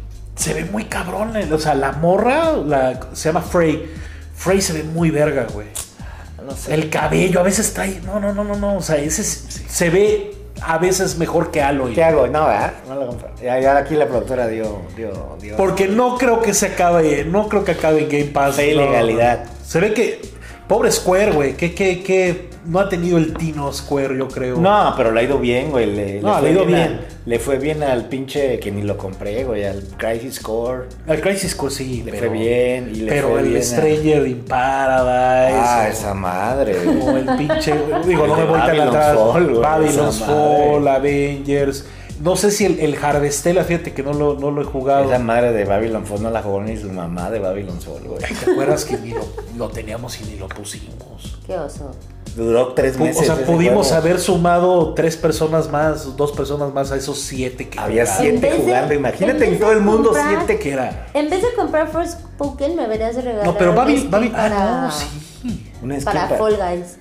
se ve muy cabrón. eh, O sea, la morra, la, se llama Frey. Frey se ve muy verga, güey. No sé. El cabello a veces trae, no, no, no, no, no, o sea, ese es- se ve a veces mejor que Aloy. ¿Qué hago? No, ¿verdad? No lo compro. Ya, ya aquí la productora dio, dio, dio. Porque no creo que se acabe, no creo que acabe en Game Pass. Hay no. ilegalidad. Se ve que, pobre Square, güey, que, que, que no ha tenido el tino Square, yo creo. No, pero le ha ido bien, güey. Le, No, fue le ha ido bien. al- le fue bien al pinche que ni lo compré, güey. Al Crisis Core. El Crisis Core sí, Le pero, fue bien. Y le pero fue el bien a- Stranger in Paradise. Ah, o- esa madre. O el pinche, digo, no me El voy tan Babylon's atrás. Fall, güey, Babylon's esa Fall, madre. Avengers. No sé si el, el Harvestella, fíjate que no lo, no lo he jugado. Esa madre de Babylon Fall no la jugó ni su mamá de Babylon Fall, güey. ¿Te acuerdas que ni lo, lo teníamos y ni lo pusimos? Qué oso. Duró tres Pu- meses. O sea, ese pudimos juego. haber sumado tres personas más, dos personas más a esos siete que Había jugaban. siete En vez de- jugando. en Imagínate vez en de todo el mundo comprar- siete que era. En vez de comprar Forspoken, me deberías de regalar. No, pero un Babi, skin Babi, para, ah, no, sí. Una skin para pa- Fall Guys.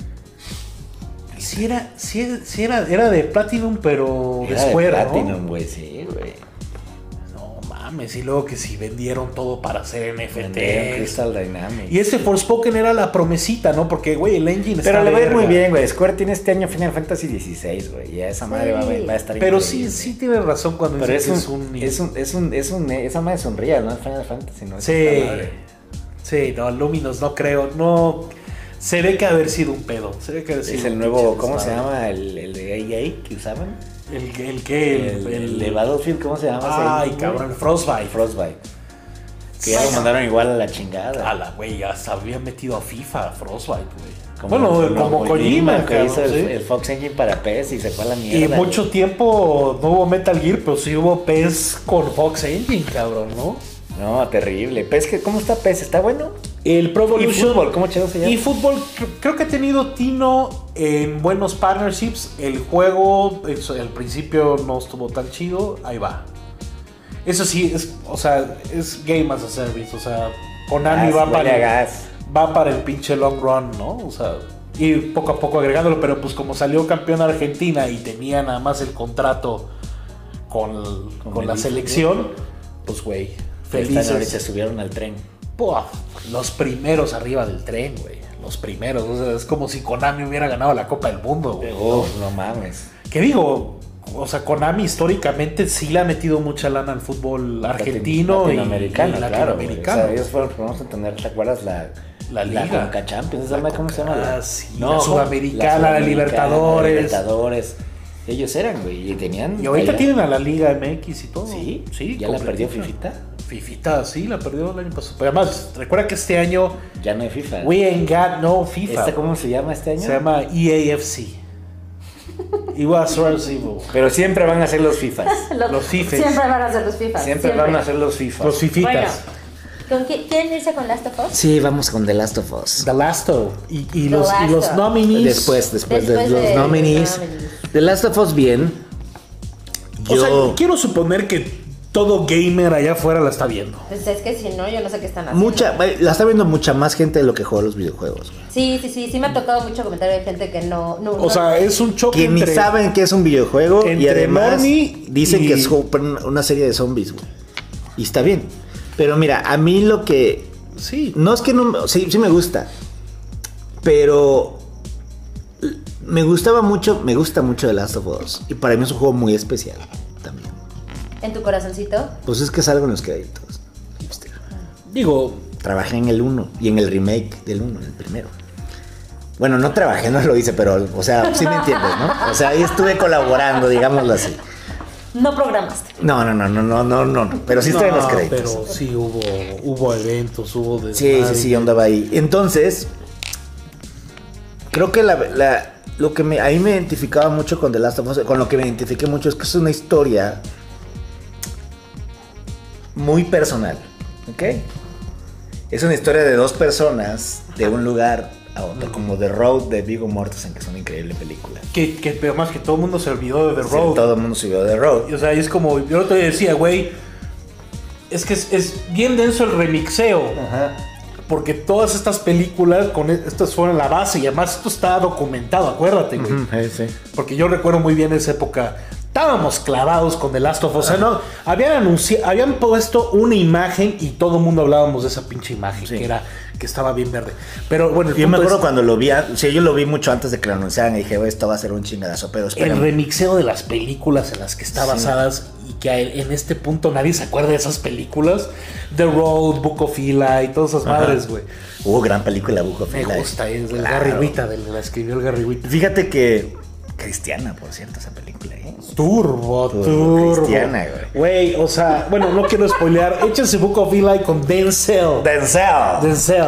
Sí era, sí, sí era, era de Platinum, pero de Era de Square, Platinum, güey, sí, güey. ¿no? No mames, y luego que si vendieron todo para hacer N F Vendieron Ts. Crystal Dynamics. Y ese Forspoken era la promesita, ¿no? Porque, güey, el engine Pero está le va a ir verga. muy bien, güey. Square tiene este año Final Fantasy dieciséis, güey. Y a esa madre va, a- va a estar Pero sí, increíble. sí tienes razón cuando Pero es dices un, que es un, es un, es un, esa madre es un real, ¿no? Final Fantasy, ¿no? Es Sí. esta madre. Sí, no, Luminous no creo. No. Se ve que haber sido un pedo. Se ve que haber sido Es el un nuevo, pinche ¿cómo se desmadre. llama? El, el de A A que usaban. El, el que. El, El, el de Battlefield, ¿cómo se llama? ese Ay, güey? cabrón, Frostbite. Frostbite. Que ya lo Bueno. mandaron igual a la chingada. A la güey, hasta había metido a FIFA, Frostbite, güey. Como- Bueno, como, Kojima, que cabrón, hizo el, sí. el Fox Engine para P E S y se fue a la Y mierda. mucho tiempo no hubo Metal Gear, pero sí hubo P E S con Fox Engine, cabrón, ¿no? No, terrible. P E S, que- ¿cómo está P E S? ¿Está bueno? El Pro Y Evolution. fútbol, ¿cómo chévere se llama? Y fútbol, cre- creo que ha tenido Tino en buenos partnerships. El juego, el- al principio no estuvo tan chido, ahí va. Eso sí, es, o sea, es Game as a Service, o sea, Konami Gas, va, huele para a el, gas. va para el pinche long run, ¿no? O sea, ir poco a poco agregándolo, pero pues como salió campeón Argentina y tenía nada más el contrato con, con, Con la el selección, pues güey, Están ahorita, se felices. subieron al tren. Buah, los primeros arriba del tren, güey. Los primeros. O sea, es como si Konami hubiera ganado la Copa del Mundo, güey. Uf, no mames. ¿Qué digo? O sea, Konami históricamente sí le ha metido mucha lana al fútbol argentino y, latinoamericano, y claro. güey. latinoamericano. O sea, ellos fueron los primeros en tener, ¿te acuerdas? La, La Liga. Conca Champions. ¿Esa madre cómo se llama? Ah, sí, la Sudamericana, la Sudamericana, Libertadores. la Libertadores. Ellos eran, güey, y tenían... Y ahorita allá. tienen a la Liga M X y todo. Sí, sí. ya la perdió completita. Fifita. Fifita, sí, la perdió el año pasado. Pero además, recuerda que este año Ya no hay FIFA. we ain't got no FIFA. ¿Esta cómo se llama este año? Se llama E A F C. It was Evil. Pero siempre van a ser los FIFAs. Los FIFAs. Siempre van a ser los FIFA. Siempre, van a ser los FIFAs. Los Fifitas. Bueno, ¿con qué, ¿quién irse con Last of Us? Sí, vamos con The Last of Us. The Last of. Y, y, The los, y Last los of. nominees. Después, después, Después de, de- los nominees. de los nominees. The Last of Us bien. O sea, Yo... quiero suponer que todo gamer allá afuera la está viendo. Pues es que si no, yo no sé qué están haciendo. Mucha, la está viendo mucha más gente de lo que juega los videojuegos. Sí, sí, sí, sí me ha tocado mucho comentario de gente que no... no O no- sea, es un choque Que ni entre... saben que es un videojuego y entre además normie dicen y- que es una serie de zombies, güey. Y está bien. Pero mira, a mí lo que... Sí. No es que no... Sí, sí me gusta. Pero... Me gustaba mucho, me gusta mucho The Last of Us. Y para mí es un juego muy especial también. ¿En tu corazoncito? Pues es que es algo en los créditos. Hipster. Digo, Trabajé en el uno y en el remake del uno, en el primero. Bueno, no trabajé, no lo hice, pero, o sea, sí me entiendes, ¿no? O sea, ahí estuve colaborando, digámoslo así. No programaste. No, no, no, no, no, no, no, no, pero sí estoy en los créditos. pero sí hubo, hubo eventos, hubo Sí, desmadre. sí, sí, yo andaba ahí. Entonces, creo que la, la- lo que me, a mí me identificaba mucho con The Last of Us, con lo que me identifiqué mucho es que es una historia muy personal, ¿ok? Es una historia de dos personas de un lugar a otro, como The Road de Viggo Mortensen, que es una increíble película. Que, que pero más que todo el mundo se olvidó de The Sí, Road. todo el mundo subió The Road. O sea, es como, yo te decía, güey, es que es, es bien denso el remixeo. Ajá. Porque todas estas películas, con e- estas fueron la base y además esto está documentado, acuérdate, güey. Ujú, sí, sí. Porque yo recuerdo muy bien esa época. Estábamos clavados con The Last of Us. O sea, no, habían anunciado, habían puesto una imagen y todo el mundo hablábamos de esa pinche imagen, Sí. que era, que estaba bien verde. Pero bueno, el Yo me punto acuerdo es, cuando lo vi, a- o sea, yo lo vi mucho antes de que lo anunciaran y dije, "Güey, esto va a ser un chingadazo", pero el espérame. remixeo de las películas en las que está Sí. basadas y que en este punto nadie se acuerda de esas películas. The Road, Book of Eli y todas esas Ajá. madres, güey. Hubo gran película, Book of Me Eli. gusta, es del Claro. Gary Whitta, del- la escribió el Gary Whitta. Fíjate que cristiana, por cierto, esa película, ¿eh? Turbo, Turbo, turbo. cristiana, Güey, o sea, bueno, no quiero spoilear. Échense Book of Eli con Denzel. Denzel. Denzel.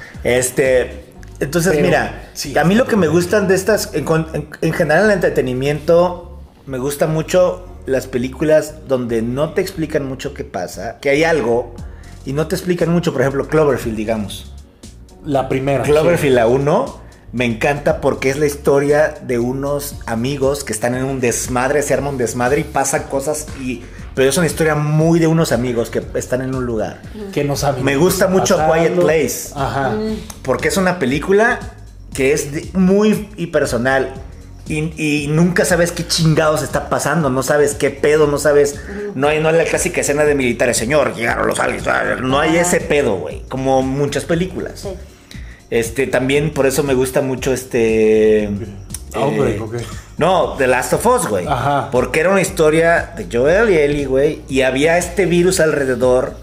Este, entonces Pero, mira, sí. a mí lo que me gustan de estas, en, en- en general el entretenimiento, me gusta mucho las películas donde no te explican mucho qué pasa, que hay algo y no te explican mucho, por ejemplo, Cloverfield, digamos. La primera. Cloverfield la uno me encanta porque es la historia de unos amigos que están en un desmadre, se arma un desmadre y pasan cosas y pero es una historia muy de unos amigos que están en un lugar. Sí, que no saben. Me gusta qué está mucho pasando. Quiet Place. Ajá. Porque es una película que es de- muy y personal y, y nunca sabes qué chingados está pasando, no sabes qué pedo, no sabes, no hay, no hay la clásica escena de militares, señor, llegaron los aliens, no hay ese pedo, güey, como muchas películas. Sí. Este, también por eso me gusta mucho este... Hombre, eh, ok. No, The Last of Us, güey. Ajá. Porque era una historia de Joel y Ellie, güey, y había este virus alrededor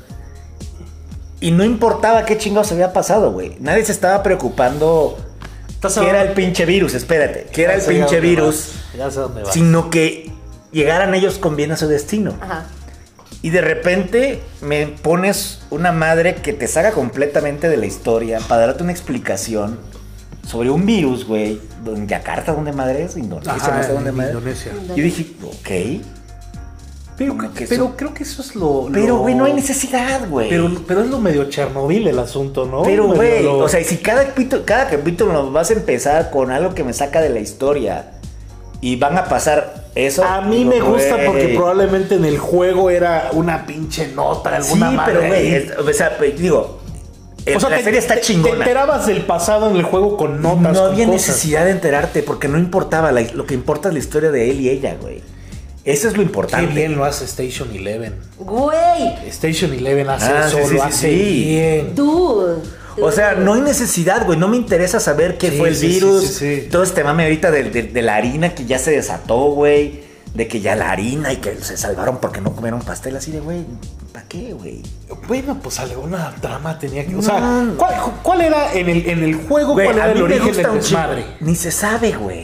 y no importaba qué chingados había pasado, güey. Nadie se estaba preocupando Estás que hablando- era el pinche virus, espérate, que era el Ya sé a pinche dónde virus, vas, Ya sé dónde vas. sino que llegaran ellos con bien a su destino. Ajá. Y de repente me pones una madre que te saca completamente de la historia para darte una explicación sobre un virus, güey, en Yakarta, ¿dónde madre es? Indonesia, Ajá, no sé dónde en madre. Indonesia. Y dije, ok, Pero, como que pero eso- creo que eso es lo. pero lo- güey, no hay necesidad, güey. Pero, pero es lo medio Chernobyl el asunto, ¿no? Pero, Medio güey, lo- o sea, si cada capítulo, cada capítulo nos vas a empezar con algo que me saca de la historia y van a pasar eso. A mí digo, me gusta güey. porque probablemente en el juego era una pinche nota, alguna Sí, madre pero, güey, ahí. es- o sea, pues, digo, el- O sea, la te- serie está te- Te chingona. enterabas del pasado en el juego con notas. No con había cosas. necesidad de enterarte porque no importaba. la- lo que importa es la historia de él y ella, güey. Eso es lo Qué importante. bien lo hace Station Eleven. Güey. Station Eleven hace Ah, eso, sí, sí, lo sí, hace sí. bien. Dude. O sea, no hay necesidad, güey. No me interesa saber qué Sí, fue el sí, virus. sí, sí, sí. Todo este mame ahorita de, de- de la harina que ya se desató, güey. De que ya la harina y que se salvaron porque no comieron pastel. Así de, güey, ¿para qué, güey? Bueno, pues alguna trama tenía que. O No. sea, ¿cuál, cuál era en el, en el juego? Güey, ¿Cuál a era mí el me origen gusta del un chingo. desmadre? Ni se sabe, güey.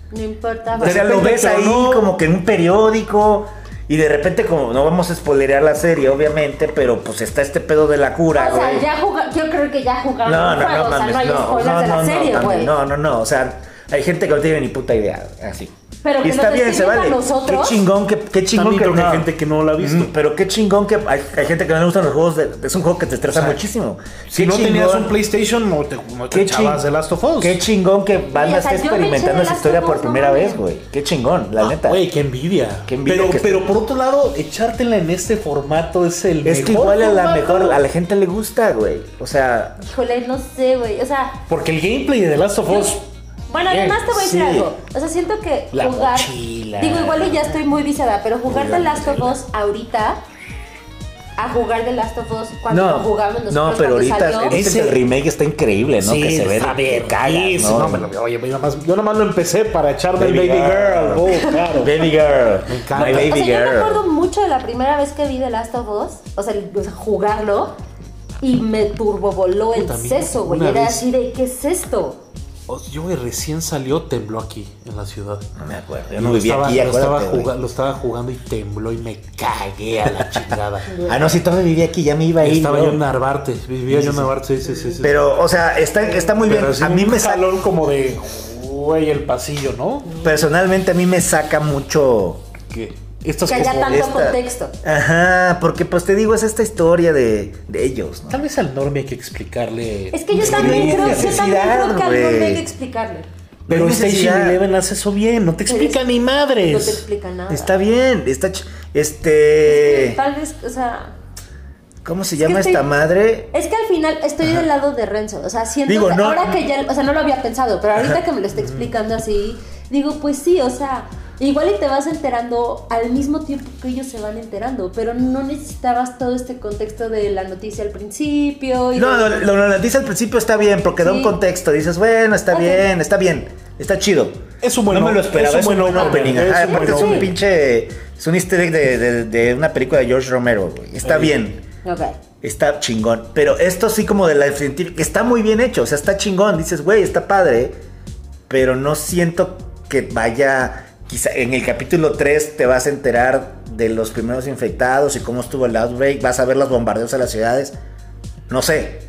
No importa. O sea, lo ves ahí no... como que en un periódico y de repente como, no vamos a spoilerear la serie, obviamente, pero pues está este pedo de la cura, güey. O sea, ya jugaron, yo creo que ya jugaron no, el no, juego, no, o sea, mames, no hay no, spoilers no, de la no, serie, güey. no, no, no, o sea, hay gente que no tiene ni puta idea, así. Pero que y está nos bien, se expliquen vale. a nosotros. Qué chingón, que, qué chingón También que creo que no. hay gente que no lo ha visto. Mm, pero qué chingón que hay, hay gente que no le gustan los juegos. De, es un juego que te estresa, o sea, muchísimo. Si qué no chingón, tenías un PlayStation, no te, no te echabas The Last of Us. Qué chingón que Banda o sea, esté yo me eché experimentando The esa Last historia of por Us, primera no vez, mames. güey. Qué chingón, la Ah, neta. Güey, qué envidia. Qué envidia pero, que pero esté- por otro lado, echártela en este formato es el Es mejor que igual a la formato. mejor, a la gente le gusta, güey. O sea, Híjole, no sé, güey. O sea, Porque el gameplay de The Last of Us... bueno, Bien, además te voy a decir sí. algo. O sea, siento que La jugar. mochila. Digo, igual y ya estoy muy viciada, pero jugar Uy, The la Last of mochila. Us ahorita a jugar The Last of Us cuando no, lo jugamos nosotros. no, pero cuando ahorita salió. ahorita Ese- el remake está increíble, ¿no? Sí, que se ve está que bien, cagas, sí, ¿no? no, pero, oye, yo nada, más, yo nada más lo empecé para echarme Baby el Baby girl. Girl. Oh, claro. Baby girl. Me encanta. My baby O sea, yo me girl. acuerdo mucho de la primera vez que vi The Last of Us, o sea, el- o sea, jugarlo, y me turbovoló el Puta, a mí seso, güey. una Era vez- así de, ¿qué es esto? O sea, yo, güey, recién salió, tembló aquí, en la ciudad. No me acuerdo. Yo Y no lo vivía estaba, aquí, lo, estaba acuérdate, güey. juga- lo estaba jugando y tembló y me cagué a la chingada. Ah, no, si todavía vivía aquí, ya me iba a ir. Estaba yo. yo en Narvarte, vivía yo en Narvarte, sí, sí, sí. sí. Pero, o sea, está, está muy bien. Pero sí A mí un me saca, jalón como de, güey, el pasillo, ¿no? personalmente a mí me saca mucho. Que estas Que haya como- tanto esta- contexto. Ajá, porque pues te digo, es esta historia de, de ellos, ¿no? Tal vez al Normie hay que explicarle. Es que yo Es que también no hay creo, yo también necesidad, creo que algo güey. no hay que explicarle. Pero No hay Station necesidad. Eleven hace eso bien, no te explica Pero ni es- madres. No te explica nada. Está bien, está ch- Es este que tal vez, o sea, ¿cómo se que llama estoy- esta madre? es que al final estoy del lado de Renzo. O sea, siento Digo, que no- ahora que ya, o sea, no lo había pensado, pero ahorita que me lo está explicando así, digo, pues sí, o sea, igual y te vas enterando al mismo tiempo que ellos se van enterando, pero no necesitabas todo este contexto de la noticia al principio. Y No, de- lo, lo, lo dice al principio está bien, porque da Sí. un contexto. Dices, bueno, está Ok. bien, está bien, está chido. Es un buen No me lo op- esperaba, es un buen opening. opening, Ajá, es un aparte buen es un opening. pinche. Es un easter egg de, de, de una película de George Romero, güey. Está Ahí. bien. Ok. Está chingón. Pero esto sí como de la científica. Está muy bien hecho. O sea, está chingón. Dices, güey, está padre. Pero no siento que vaya. Quizá en el capítulo tres te vas a enterar de los primeros infectados y cómo estuvo el outbreak. Vas a ver los bombardeos a las ciudades. No sé.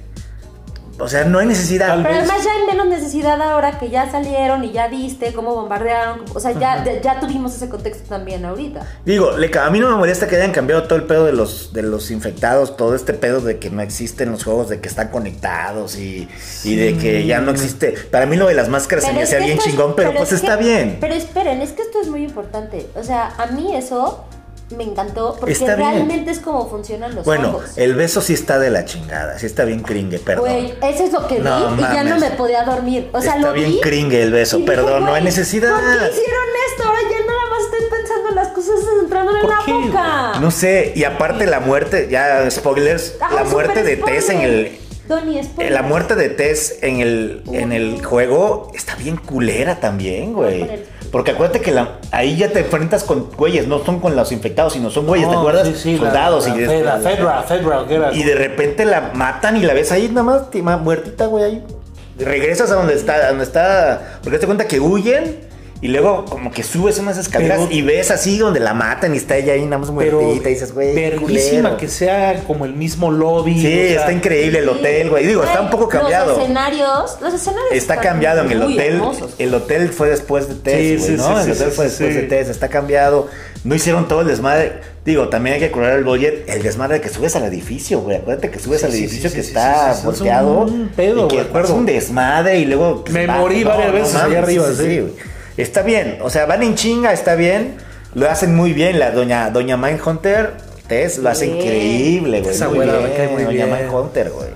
O sea, no hay necesidad. Tal Pero vez. además ya hay menos necesidad ahora que ya salieron y ya viste cómo bombardearon. O sea, ya, ya, ya tuvimos ese contexto también ahorita. Digo, le, a mí no me molesta que hayan cambiado todo el pedo de los, de los infectados, todo este pedo de que no existen los juegos, de que están conectados y, y de que ya no existe. Para mí lo de las máscaras se me es hacía que bien esto es- chingón, pero, pues es que- está bien. Pero esperen, es que esto es muy importante. O sea, a mí eso me encantó porque Está bien. realmente es como funcionan los Bueno, juegos. el beso sí está de la chingada, sí está bien cringe, perdón. Güey, eso es lo que vi No y ya no mames. me podía dormir. O sea, Está lo vi. bien cringe el beso, y dije, perdón, no hay güey, necesidad. ¿Por qué hicieron esto? Ahora ya nada más estoy pensando en las cosas entrándole en ¿Por la qué, boca. No sé, y aparte la muerte, ya spoilers, Ah, la muerte súper de Tess en spoiler. el... Donnie, Eh, spoiler. La muerte de Tess en el, en el juego está bien culera también, güey. Porque acuérdate que la, ahí ya te enfrentas con güeyes, no son con los infectados, sino son güeyes, ¿te No, acuerdas? sí, sí, la- Soldados la, y, la, de- la Fedra, Fedra, que era. y de repente la matan y la ves ahí nada más, ti- ma- muertita, güey, ahí. Y regresas a donde está, a donde está, porque te cuenta que huyen. Y luego como que subes unas escaleras Pero- y ves así donde la matan y está ella ahí nada más Pero muertita y dices, güey, qué verguísima culero. que sea como el mismo lobby. Sí, o sea, está increíble el hotel, güey. Digo, está un poco cambiado. Los escenarios, los escenarios Está están cambiado en el muy hotel. hermosos. El hotel fue después de Sí, Tess, güey, sí, ¿no? sí, el sí, hotel sí, fue sí, después sí. de Tess, está cambiado. No hicieron todo el desmadre. Digo, también hay que curar el budget. El desmadre que subes al edificio, güey. Acuérdate que subes Sí, al sí, edificio sí, que sí, está sí, sí, sí, volteado. es un pedo, y que güey, acuerdo. es un desmadre y luego. pues, Me va- morí varias veces allá arriba, sí. güey. Está bien. O sea, van en chinga, está bien. Lo hacen muy bien. La doña, doña Mindhunter, Tess, lo hace Bien. increíble, güey. Esa Muy güera bien, me cae muy doña bien. Mindhunter, güey.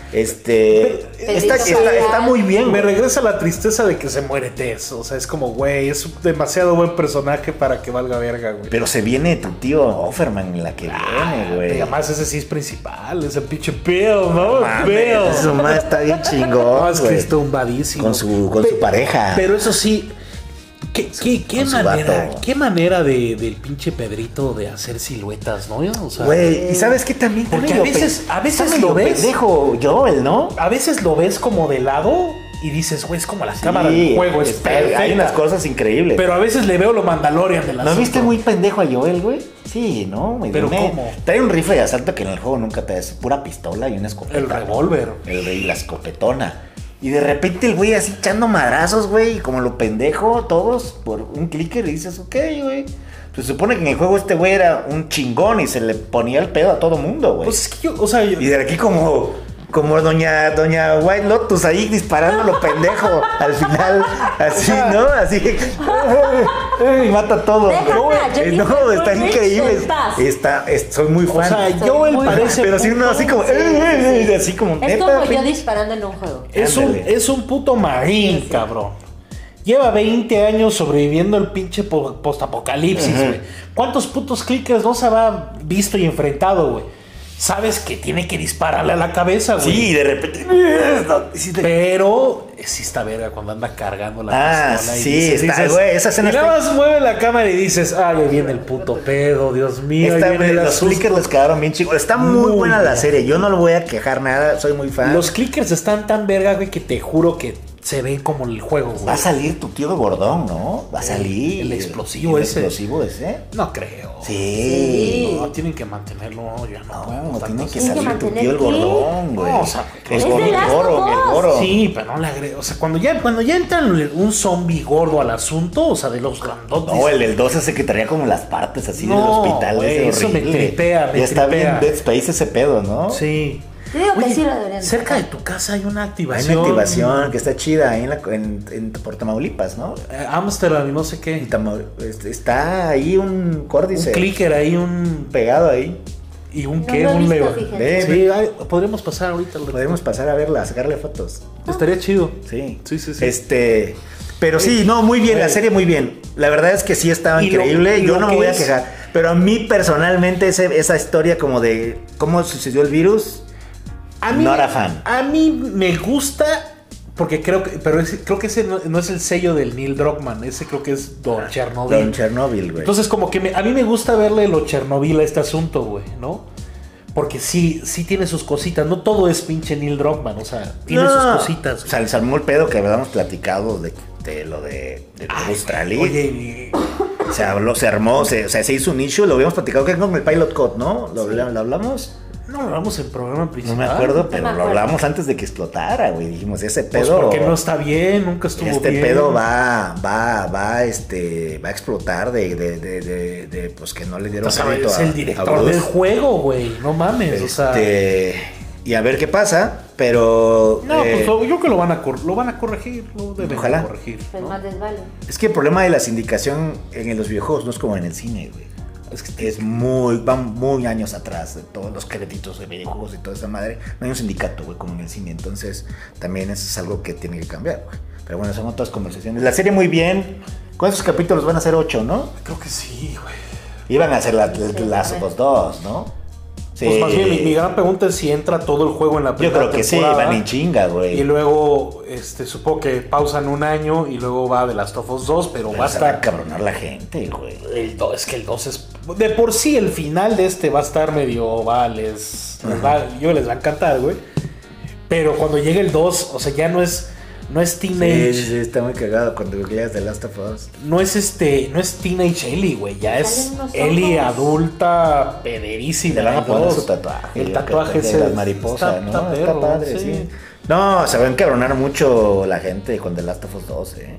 Este. Pero- Está, Pedrito está, está Pascal. muy bien. Me güey. regresa la tristeza de que se muere Tess. O sea, es como, güey, es un demasiado buen personaje para que valga verga, güey. Pero se viene tu tío Offerman en la que viene, Y güey. además ese sí es principal, ese pinche Bill, ¿no? Mames, Bill. Su madre está bien No, chingón, es que güey. es tumbadísimo. Con su, con Pe- su pareja. Pero eso sí, ¿qué, qué, qué Con su manera, vato. qué manera de, del pinche Pedrito de hacer siluetas, ¿no? O sea, Güey, ¿y sabes qué también? Está Porque a medio veces- pe- a veces está lo medio ves. pendejo Joel, ¿no? a veces lo ves como de lado y dices, güey, es como la cámara del juego, es está, perfecta. hay unas cosas increíbles. Pero a veces le veo lo Mandalorian de la ¿No viste muy pendejo a Joel, güey? Sí, ¿no? Me ¿Pero me- cómo? Trae un rifle de asalto que en el juego nunca te da. Es pura pistola y una escopeta. El revólver. El y la escopetona. Y de repente el güey así echando madrazos, güey, y como lo pendejo, todos por un clicker y dices, ok, güey. Pues se supone que en el juego este güey era un chingón y se le ponía el pedo a todo mundo, güey. Pues es que yo, o sea, yo, Y de aquí como, como doña, doña White Lotus ahí disparando lo pendejo al final, así, ¿no? Así, y mata todo. Déjame, No, yo eh, dije, no, está Rich, increíble. estás. Está, es- soy muy o fan. sea, Soy Joel muy parece. Pero si uno así como, Sí, sí, sí. así como, Es neta, como yo pin- disparando en un juego. Es un, Ándale. es un puto marín, Sí, sí. cabrón. Lleva veinte años sobreviviendo el pinche po- postapocalipsis, Ajá. güey. ¿Cuántos putos clickers no se habrá visto y enfrentado, güey? Sabes que tiene que dispararle a la cabeza, güey. Sí, y de repente. sí, de- Pero sí está verga cuando anda cargando la Ah, pistola. y sí, dices- está, dices- güey, esa escena y nada está- más mueve la cámara y dices, ay, ahí viene el puto pedo, Dios mío. ahí Esta, viene el los asusto. clickers les quedaron bien chicos. Está muy, Muy buena la bien. serie. Yo no lo voy a quejar nada. Soy muy fan. Los clickers están tan verga, güey, que te juro que se ven como el juego, güey. Va a salir tu tío de Gordón, ¿no? Va a salir. el explosivo el ese. explosivo ese. No creo. Sí. No, tienen que mantenerlo, ya no, puedo. No, tanto tiene que así. Tiene que salir tu mantener tío el qué? Gordón, güey. No, o sea, el es de goro, el Last goro, of el Us. goro. Sí, pero no le agrego. O sea, cuando ya, cuando ya entra un zombie gordo al asunto, o sea, de los grandotes. No, el del dos ese que traía como las partes así No, del hospital. güey, ese eso me horrible. tripea, me Ya está tripea. bien Dead Space ese pedo, ¿no? Sí. Yo digo que Oye, sí lo deberían de cerca de sacar. tu casa hay una Hay activación. una activación que está chida ahí en, la, en, en por Tamaulipas, ¿no? Eh, Amsterdam y no sé En qué. Tamau- este, está ahí un Un córdice clicker ahí, un. pegado ahí. ¿Y un No qué? lo he Un visto, león. fíjate. Ve, Sí, ay, podríamos pasar ahorita. al- Podemos pasar a verla, a sacarle fotos. Estaría chido. Sí. Sí, sí, sí. Este. Pero sí, no, muy bien, la Güey. serie muy bien. La verdad es que sí estaba Y lo- increíble. y Yo lo no me que voy a es- quejar. Pero a mí personalmente ese- esa historia como de cómo sucedió el virus, A mí, no era fan. A mí me gusta porque creo que, pero ese- creo que ese no, no es el sello del Neil Druckmann, ese creo que es Don Chernobyl. Don Chernobyl, güey. Entonces como que me- a mí me gusta verle lo Chernobyl a este asunto, güey, ¿no? Porque sí, sí tiene sus cositas, no todo es pinche Neil Druckmann, o sea, tiene No. sus cositas. O sea, se armó el pedo que habíamos platicado de, de lo de, de Ay, Australia. Oye, Se habló, se armó, se, o sea, se hizo un issue, lo habíamos platicado que es como el Pilot Code, ¿no? ¿Lo, lo hablamos? no lo hablamos en programa No principal. me acuerdo, pero me lo acuerdo. hablamos antes de que explotara, güey. Dijimos, ese Pues pedo. porque no está bien, nunca estuvo Este bien. pedo va, va, va, este, va a explotar de, de, de, de, de, pues que no le dieron O sea, crédito es a- el a director Bruce. del juego, güey, no mames, o sea... Este, y a ver qué pasa, pero No, eh, pues lo- yo creo que lo van a, cor- lo van a corregir, lo deben Ojalá. de corregir. Pues ¿no? más les vale. es que el problema de la sindicación en los videojuegos no es como en el cine, güey. Es que es muy, van muy años atrás de todos los créditos de videojuegos y toda esa madre. No hay un sindicato, güey, como en el cine. Entonces, también eso es algo que tiene que cambiar, güey. Pero bueno, son otras conversaciones. La serie muy bien. ¿Cuántos capítulos van a ser? Ocho, ¿no? Creo que sí, güey. Iban a ser la, Sí, las a ver. otras dos, ¿no? Sí. Pues más bien, mi, mi gran pregunta es si entra todo el juego en la Yo primera creo que sí, temporada. van en chinga, güey. Y luego, este, supongo que pausan un año y luego va de Last of Us dos, pero, Pero va a se va a estar... cabronar la gente, güey. El dos, es que el dos es... De por sí, el final de este va a estar medio... Va, les, les va, yo les va a encantar, güey. Pero cuando llegue el dos, o sea, ya no es... No es teenage... Sí, sí, sí, está muy cagado cuando googleas The Last of Us. No es este, no es Teenage Ellie, güey, ya es Salen unos Ellie ojos. adulta, pederísima. Le van a y poner todo. su tatuaje. El yo tatuaje creo que ese de las mariposas, está- ¿no? está Está, perro, padre, sí. sí. No, se va a encabronar mucho la gente con The Last of Us dos, eh.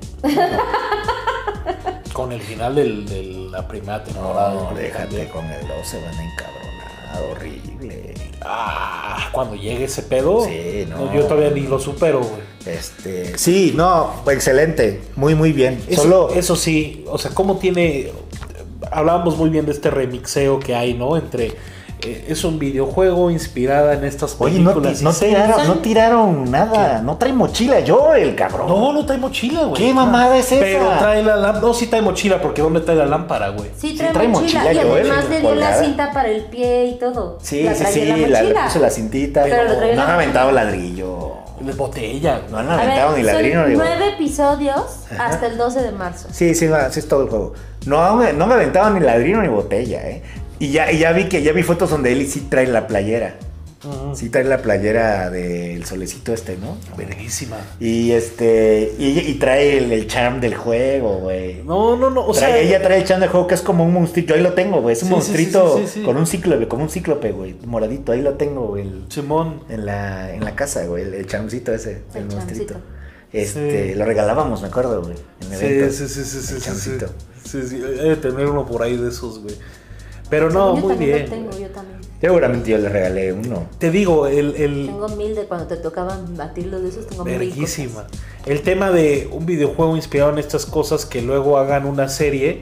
Con el final del- de la primera temporada. No, creo que déjate, también. con el dos se van a encabronar, horrible. Ah, cuando llegue ese pedo. Sí, no. Yo todavía ni lo supero, güey. Este, sí, no, excelente, muy, muy bien. Eso, Solo, eso sí, o sea, cómo tiene. Hablábamos muy bien de este remixeo que hay, ¿no? Entre. eh, es un videojuego inspirada en estas oye, no, películas. ti- no y series. tiraron, no tiraron nada, no trae mochila, yo, el cabrón. No, no trae mochila, güey. ¿Qué mamada es esa? Pero trae la lámpara. No, sí trae mochila, porque ¿dónde trae la lámpara, güey? Sí, Sí, trae, trae mochila. mochila, Y Joel, además le dio la colgada. cinta para el pie y todo. Sí, La sí, traía sí, en la la, le mochila. puse la cintita. Pero lo traía en no la han aventado mochila. ladrillo. De botella, güey. No han A aventado ver, ni ladrillo. son digo. nueve episodios Ajá. hasta el doce de marzo. Sí, sí, no, así es todo el juego. No, me- no me aventaban ni ladrillo ni botella, ¿eh? Y ya, y ya vi que ya vi fotos donde él sí trae la playera. Uh-huh. Sí, trae la playera del solecito este, ¿no? Verguísima. Y este. Y, y trae el, el charm del juego, güey. No, no, no. O Trae- sea, ella trae el charm del juego que es como un monstruito. Yo ahí lo tengo, güey. Es un Sí, sí, monstruito sí, sí, sí, sí. con un cíclope, como un cíclope, güey. Moradito. Ahí lo tengo, güey. el- Simón. En la, en la casa, güey. El, el charmcito ese. El, El monstruito. charmcito. Este, Sí. lo regalábamos, me acuerdo, güey. En Sí, eventos. sí, sí, sí, sí, El sí, charmcito. sí, sí, sí, hay de tener uno por ahí de esos, güey. Pero no, yo muy también bien. lo tengo, yo también. Seguramente yo le regalé uno. Te digo, el, el Tengo mil de cuando te tocaban batirlos de esos, tengo mil verguísima. cosas. El tema de un videojuego inspirado en estas cosas que luego hagan una serie,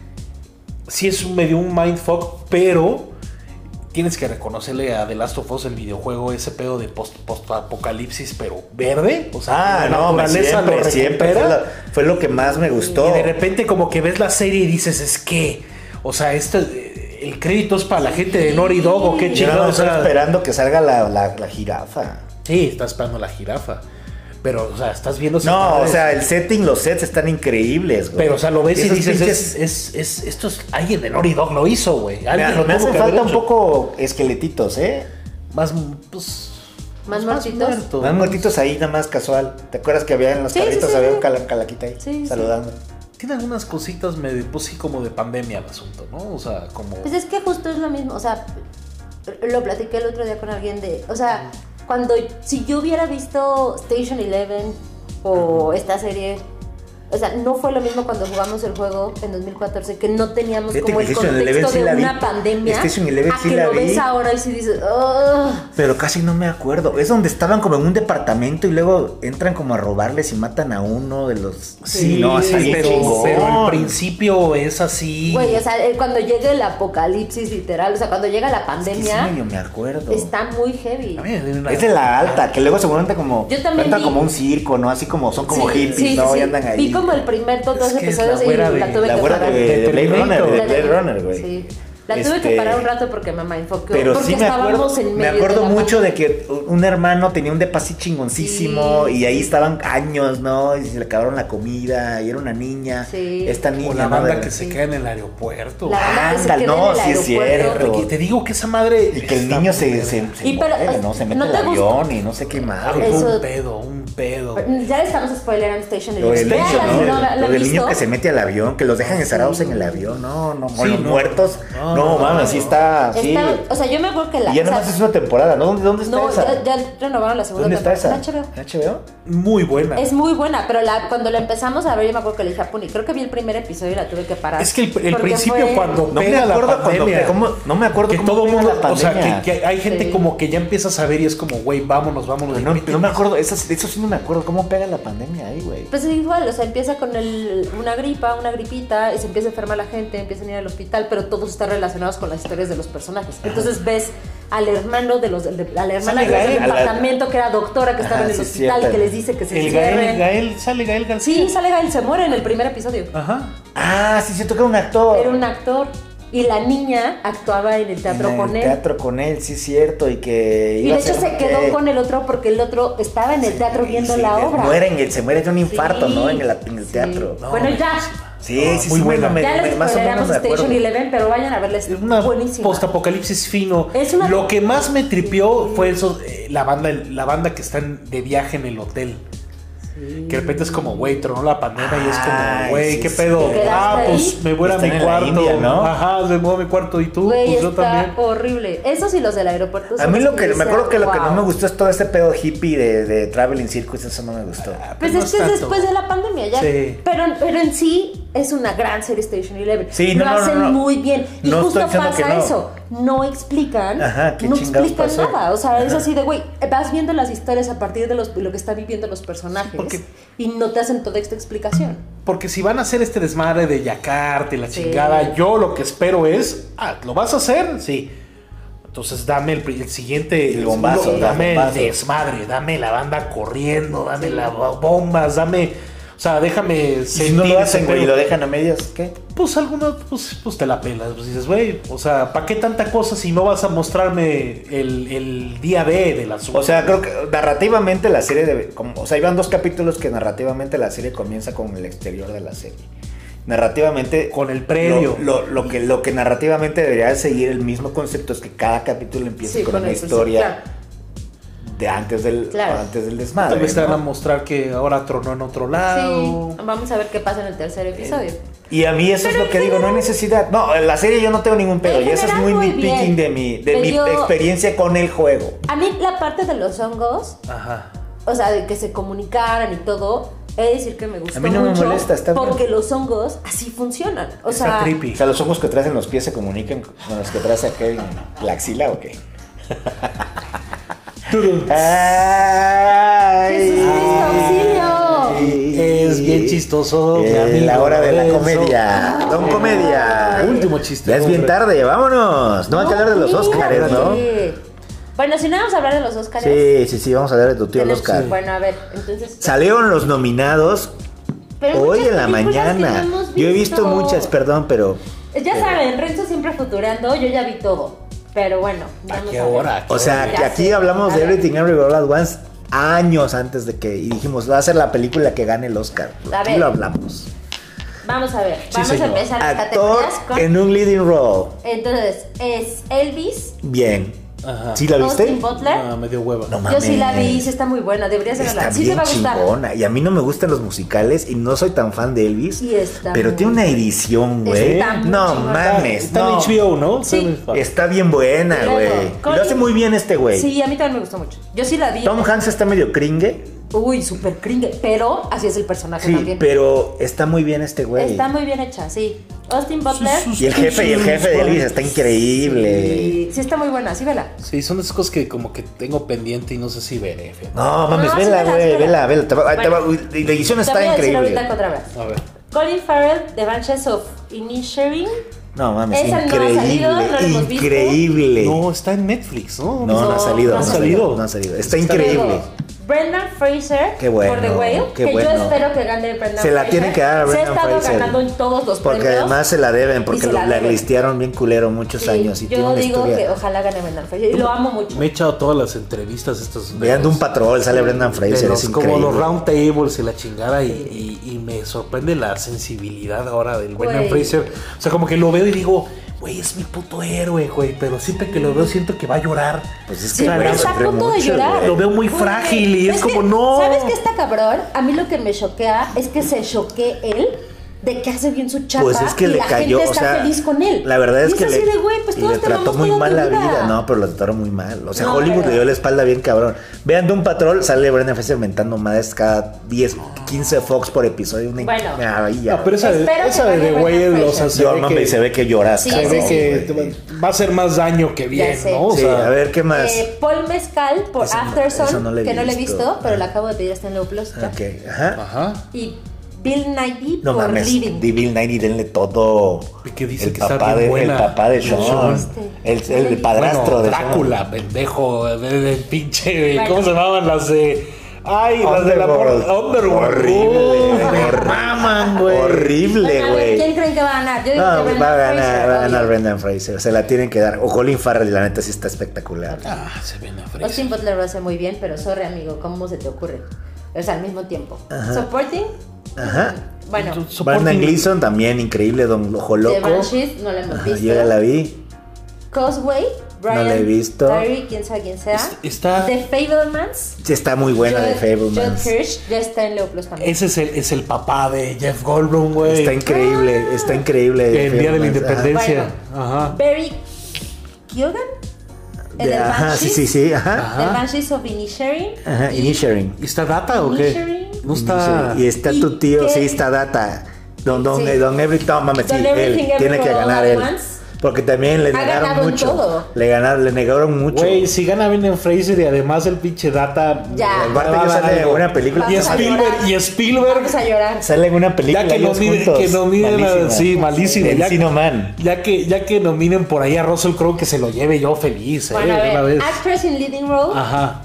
sí es un medio un mindfuck, pero tienes que reconocerle a The Last of Us el videojuego ese pedo de post, post-apocalipsis, pero verde. O sea, Ah, la no, naturaleza siempre, lo siempre. recupera. Fue lo, fue lo que más me gustó. Y de repente como que ves la serie y dices, es que, o sea, esto, eh, el crédito es para la gente de Naughty Dog o qué Yo nada chingado. O más estoy sea, esperando que salga la, la, la jirafa. sí, estás esperando la jirafa. Pero, o sea, estás viendo... sus No, o madres. sea, el setting, los sets están increíbles, güey. Pero, o sea, lo ves y Esos dices, pinches- es, es, es, esto es, alguien de Naughty Dog lo hizo, güey. Me, Alguien lo me tuvo hace que haber falta un hecho. poco esqueletitos, ¿eh? Más, pues... ¿Más pues, muertitos? muertos. Más muertitos ahí, nada más casual. ¿Te acuerdas que había en los Sí, carritos, sí, sí, había sí. un cala- calaquita ahí? Sí, sí. saludando. Tiene algunas cositas medio, pues sí, como de pandemia el asunto, ¿no? O sea, como... Pues es que justo es lo mismo, o sea, lo platiqué el otro día con alguien de, o sea, cuando, si yo hubiera visto Station Eleven o esta serie, o sea, no fue lo mismo cuando jugamos el juego en dos mil catorce, que no teníamos Fíjate como que el Station contexto Eleven sí de la vi. una pandemia, Station Eleven a sí que la lo vi. ves ahora y si dices, "Ugh". Pero casi no me acuerdo. Es donde estaban como en un departamento y luego entran como a robarles y matan a uno de los... Sí, no, está bien pero, chingón. pero el principio es así. Güey, o sea, eh, cuando llegue el apocalipsis literal, o sea, cuando llega la Es que pandemia, sí medio me acuerdo. está muy heavy. A mí me dio una- Es de la alta, que luego seguramente como... Yo también entran vi- como un circo, ¿no? Así como son como Sí, hippies, sí, ¿no? sí. Y andan ahí. Vi como el primer todos Es los que es episodios la y güera la de- tuve La que güera parar. de, de Blade Runner, de La de- Blade Runner, güey. Sí. La tuve Este, que parar un rato porque me mindfuckó. Pero porque sí me acuerdo, estábamos en me medio acuerdo de la mucho pandemia. de que un hermano tenía un depa así chingoncísimo Sí, y ahí sí. estaban años, ¿no? Y se le acabaron la comida y era una niña. Sí. Esta niña. O la ¿no? banda De- que se Sí. queda en el aeropuerto. La banda que se Ándale, queda no, en el sí es aeropuerto. cierto. Y te digo que esa madre. Y que el está niño muy se, verga. se, se Y pero, muere, ¿no? Se mete ¿no al te gustó? avión y no sé qué más. Ay, Eso- fue un pedo, un pedo. Ya le estamos spoilerando Station Lo del, Eleven. niño, Véanla, ¿no? si no la- la Lo han del niño visto. que se mete al avión, que los dejan encerrados Sí. en el avión. No, no, Sí, los no. muertos. No, No, no, mames, no. sí está. Sí. Está- o sea, yo me acuerdo que la. Y ya o sea, nada más es una temporada, ¿no? ¿Dónde, dónde está no, esa? ya, ya renovaron la segunda ¿Dónde está esa? temporada. En H B O. ¿En H B O? Muy buena. Es muy buena, pero la, cuando la empezamos a ver, yo me acuerdo que le dije a Puni, creo que vi el primer episodio y la tuve que parar. Es que el, el Porque principio fue- cuando No me pega la acuerdo cuando. pandemia, cómo- no me acuerdo que cómo todo pega mundo, la o sea, pandemia. que, que hay gente Sí. como que ya empieza a saber y es como, güey, vámonos, vámonos. No, no me acuerdo, eso, eso sí no me acuerdo. ¿Cómo pega la pandemia ahí, güey? Pues es igual, o sea, empieza con el, una gripa, una gripita, y se empieza a enfermar la gente, empiezan a ir al hospital, pero todos están relacionados con las historias de los personajes. Entonces ves al hermano de los, de- a la hermana Sale de los del Gael, a la- departamento que era doctora, que estaba Ajá, en el sí, hospital, cierto. que les dice que se El Gael, encierren. Gael, sale Gael García. Sí, sale Gael, se muere en el primer episodio. Ajá. Ah, sí, siento que era un actor. Era un actor. Y la niña actuaba en el teatro en con el él. teatro con él, sí, es cierto. Y que. Y iba de a hecho ser- se quedó eh, con el otro porque el otro estaba en el teatro viendo sí, la le obra. Muere en el- se muere de un infarto, Sí. ¿no? En el, en el Sí. teatro. No, bueno, ya. Sí, No, sí, muy sí, buena. me- Ya me- les más o menos spoileramos me acuerdo. Station Eleven, pero vayan a verla. Es Es una buenísima. postapocalipsis fino. Es una- Lo que más me tripió fue eso, eh, la banda, la banda que está en- de viaje en el hotel. Sí. Que de repente es como, güey, tronó la pandemia y es como, Ay, güey, sí, ¿qué sí. pedo? ¿Te quedaste Ah, ahí? pues me voy a Están mi en la cuarto. India, ¿no? Ajá, me voy a mi cuarto y tú, Güey, pues yo está también. horrible. Esos y los del aeropuerto. A son mí los lo que, me decía, acuerdo que lo que no "Wow". me gustó es todo ese pedo hippie de, de Traveling Circus, eso no me gustó. Pues no es que es tanto. después de la pandemia ya. Sí. Pero, pero en sí es una gran serie Station Eleven. Sí, lo no, no, hacen no, no. muy bien. Y No justo estoy diciendo pasa que no. eso. No explican. Ajá, ¿qué no chingados explican pasó? nada. O sea, es Ajá. así de, güey, vas viendo las historias a partir de los, lo que están viviendo los personajes. Porque- y no te hacen toda esta explicación. Porque si van a hacer este desmadre de Yakarta y la Sí. chingada, yo lo que espero es, ah, ¿lo vas a hacer? Sí. Entonces dame el, pri- el siguiente El bombazo, lo- dame el bombazo. el desmadre, dame la banda corriendo, dame las bombas, dame, o sea, déjame Y si no lo ese hacen, güey, y pedo. lo dejan a medias, ¿qué? Pues alguno, pues, pues te la pelas, pues dices, güey, o sea, ¿para qué tanta cosa si no vas a mostrarme el, el día D del asunto? O sea, creo que narrativamente la serie debe, como, o sea, iban dos capítulos que narrativamente la serie comienza con el exterior de la serie. narrativamente con el predio. Lo, lo, lo que, lo que narrativamente debería seguir el mismo concepto es que cada capítulo empiece Sí, con, con una el- historia claro. de antes del, Claro. antes del desmadre. Tal vez te ¿no? van a mostrar que ahora tronó en otro lado. Sí, vamos a ver qué pasa en el tercer episodio. Y a mí eso Pero es lo en que digo, no hay general- necesidad. No, en la serie yo no tengo ningún pedo. En Y eso es general, muy muy nitpicking bien. de mi, de Me mi dio- experiencia con el juego. A mí la parte de los hongos, Ajá. o sea, de que se comunicaran y todo, he de decir que me gustó A mí no me mucho molesta, está bien. porque los hongos así funcionan. O Está sea, creepy. O sea, los ojos que traes en los pies se comunican con los que traes acá en la axila o qué. Ay, Jesucristo, auxilio. Es bien chistoso, mi Eh, amigo la hora de la Lorenzo. comedia. Don Comedia. Último chiste. Ya es bien hombre. tarde, vámonos. No hay que hablar de los sí, Óscares, ¿no? sí. Bueno, si no vamos a hablar de los Óscares. Sí, sí, sí, vamos a hablar de tu tío tenemos- Oscar. Bueno, a ver, entonces. Salieron los nominados Pero hoy muchas en la películas que mañana. no hemos Yo he visto visto. muchas, perdón, pero. Ya saben, Renzo siempre futurando, yo ya vi todo. Pero bueno, ¿A vamos qué a ver. hora? O sea, Ya que aquí sé. hablamos A de ver. Everything Everywhere All at Once años antes de que. Y dijimos, va a ser la película que gane el Oscar. A Aquí ver. lo hablamos. Vamos a ver, vamos a señor. empezar las Actor categorías con. en un leading role. Entonces, es Elvis, Bien. Ajá. ¿Sí la viste? Austin Butler. Ah, me dio hueva. No Yo sí la vi, mames. sí está muy buena, deberías de Está verla. Sí te bien va a gustar. chingona. Y a mí no me gustan los musicales y no soy tan fan de Elvis. Y está pero muy- tiene una edición, güey. Está muy No chingona. mames. Está no. en H B O, ¿no? Sí. Está bien buena, Luego, güey. Y Colin- Lo hace muy bien este güey. Sí, a mí también me gustó mucho. Yo sí la vi. Tom Hanks está medio cringe. Uy, súper cringe, pero así es el personaje Sí, también. pero está muy bien este güey. Está muy bien hecha, sí. Austin Butler. Sus- sus- Y el jefe, y el jefe de Elvis está increíble. Sí, sí está muy buena, sí, vela. Sí, son de esas cosas que como que tengo pendiente y no sé si veré. fíjate. No, mames, No, sí, vela, vela, güey, sí, vela, vela. Te va- Bueno. te va- uy, y la edición Te está voy a decir increíble. ahorita otra vez. A ver. Colin Farrell, The Banshees of Inisherin. No mames, Esa no ha increíble, salido, no la hemos visto. increíble. No, está en Netflix, ¿no? No, no, ha salido, no no, ha ha salido. salido. No ha salido. Está increíble. Luego, Brendan Fraser Qué bueno, por The Whale, qué que bueno. yo espero que gane Brendan Se la Fraser. tienen que dar a Se Brendan ha estado Fraser. ganando en todos los Porque premios. además se la deben, porque Y se lo la deben. listearon bien culero muchos Sí, años. Y tiene yo una digo historia. que ojalá gane Brendan Fraser y lo amo mucho. Me he echado todas las entrevistas estas. Vean de un patrón, sale Brendan de Fraser, los- es como increíble. los round tables y la chingada y, y- y me sorprende la sensibilidad ahora del Brendan Güey. Fraser. O sea, como que lo veo y digo, güey, es mi puto héroe, güey, pero siempre que lo veo siento que va a llorar. Pues es que Siempre güey, está a sufre punto de mucho, llorar. güey. Lo veo muy Güey, frágil y es que, como, no. ¿Sabes qué está cabrón? A mí lo que me choquea es que se choquee él de que hace bien su chamba Pues es que y le la cayó, gente o está sea, feliz con él. la verdad es Y que así le, de, güey, pues y todos le te trató amamos muy toda mal tu la vida. No, pero lo trataron muy mal. O sea, No, Hollywood pero- le dio la espalda bien cabrón. Vean de un patrón, sale Brendan Fraser mentando madres cada diez, quince Fox por episodio. Una Bueno. maravilla. No, pero esa, de- Espero que esa de gane The Brendan Whale, o sea, Fraser. se Yo, ve mami, que, se ve que lloras, Sí, se cabrón, ve sí, que güey. te va- va a hacer más daño que bien, sé. ¿no? O Sí, sea, a ver, ¿qué más? Eh, Paul Mezcal por Esa no- Afterson, esa no la he que no le he visto. visto, pero Ah. la acabo de pedir hasta en Leo Plus. ya. Ok, ajá. Ajá. Y Bill Nighy No por mames, Living. de Bill Nighy, denle todo. ¿Y qué dice el que está papá bien de, buena? El papá de No, Sean. este, el, no el le vi. padrastro Bueno, de Drácula, Sean. pendejo, de, de- de pinche, Bueno. ¿cómo se llamaban las de? Ay, las de la Underworld. Underworld. Horrible, Uh, me horrible. maman, güey. Horrible, Bueno, a ver, güey. ¿quién creen que va a ganar? Yo digo que No, Brendan va a ganar, Fraser, va a ganar obvio. Brendan Fraser. Se la tienen que dar. O Colin Farrell, la neta sí está espectacular. Ah, se ven a Fraser. Austin Butler lo hace muy bien, pero sorry, amigo, ¿cómo se te ocurre? O sea, al mismo tiempo. Ajá. Supporting, Ajá. bueno, Supporting- Brendan Gleeson también increíble, Don Ojo The Loco. Banshees, no la hemos Ajá, visto. yo ya la vi. Causeway, Brian la he visto. Tyree, quién sabe quién sea. Está- The Fablemans. Sí, está muy buena de Judd Fablemans. Hirsch, ya está en Leo Plus también. Ese es el, es el papá de Jeff Goldblum, güey. Está increíble, está increíble. El día de la Fablemans. independencia. Ajá. Barry Keoghan. El De- del ajá, sí, Banshees. sí, sí, ajá. Ajá. The Banshees of Inisherin. Ajá, Y- Inisherin. ¿Y está data o qué? Inisherin. No está. Y está ¿Y tu tío, qué? sí, está data. Don, don, Sí. eh, don Everything, no, mames, sí, Don él Everything tiene que Everywhere ganar All él. at Once. Porque también le Ha negaron ganado en mucho. todo. Le ganaron, le negaron mucho. Güey, si gana Brendan Fraser y además el pinche data. Ya. El va vato a ya dar sale en algo. una película. Y Vamos a Spielberg, llorar. y Spielberg. Vamos a llorar. Sale en una película Ya que ellos nominen, juntos. que nominen a- Malísima. sí, malísimo. El Ya, Encino Man. ya que, ya que nominen por ahí a Russell Crowe, que se lo lleve yo feliz, eh, Bueno, a de una ver, vez. Actress in Leading Role. Ajá.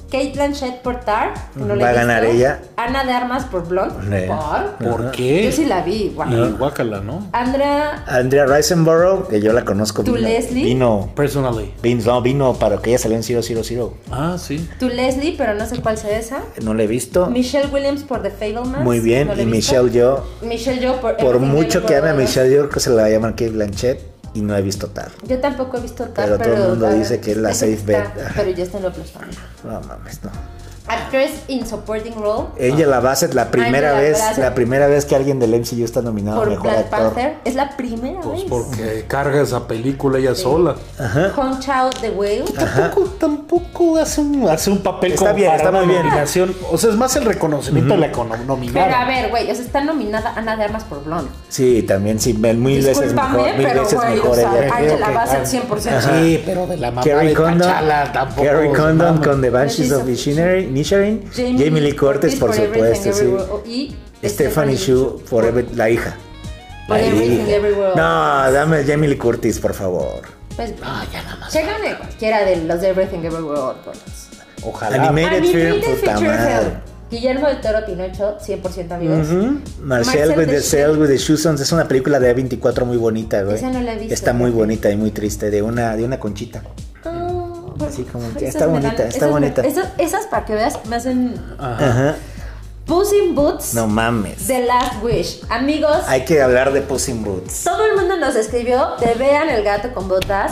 Kate Blanchett por Tar, no la Va he a ganar visto. ella. Ana de Armas por Blonde. Sí. ¿Por? ¿Por qué? Yo sí la vi, guau. Y guácala, ¿no? Andrea Andrea Riseborough, que yo la conozco. ¿Tú, vino, Leslie? Vino, Personally. vino, no, vino para que ella salió en Zero Zero Zero. Ah, sí. Tu Leslie, pero no sé cuál sea esa. No la he visto. Michelle Williams por The Fablemans. Muy bien. no la he Y visto. Michelle Yeoh. Michelle Yeoh por Por Everything mucho que ame Everywhere a All at Michelle, yo creo que se la va a llamar Kate Blanchett. Y no he visto Tar. Yo tampoco he visto Tar, Pero pero... todo el mundo a ver, dice que es la ese safe está, bet. Ajá. Pero ya está en lo plus family. No mames, no. Actress in supporting role Ella la va a ser la primera Angela vez, Bassett. la primera vez que alguien del M C U está nominado a por mejor Black actor. Panther. Es la primera Pues vez. porque carga esa película ella sola. Ajá. Hong Chao The Whale. Tampoco, tampoco hace un, hace un papel Está como bien, para está una muy bien. nominación. O sea, es más el reconocimiento de la econo- Pero a nominada. ver, güey, o sea, está nominada Ana de Armas por Blonde. Sí, también sí, mil veces Discúlpame, mejor, mil pero veces güey, mejor o sea, ella. Angela Creo que- Bassett cien por ciento. Sí, pero de la mamá Carrie de Condon, T'Challa tampoco. Carrie Condon mames. con The Banshees of Inisherin, Inisherin, Jamie Lee Curtis, por supuesto, sí. Y Stephanie Shu, por Every- la hija. Por La Everything hija. Everywhere. No, dame Jamie Lee Curtis, por favor. Pues, Ah, ya nada más. que gane cualquiera de los de Everything Everywhere All at Once. Ojalá. Animated film, puta feature madre. film. Guillermo del Toro Pinocho, cien por ciento amigos. Ujú. Marcel Marcel with the the Cell with the Shoes On es una película de A veinticuatro muy bonita, güey. Esa no la he visto, Está muy fíjate. bonita y muy triste, de una, de una conchita. Ah, Así como que esas está me bonita, dan- está esas me- bonita. esas, esas, para que veas, me hacen Ajá. Puss in Boots, No mames. The Last Wish. Amigos, Hay que hablar de Puss in Boots. todo el mundo nos escribió de vean El Gato con Botas.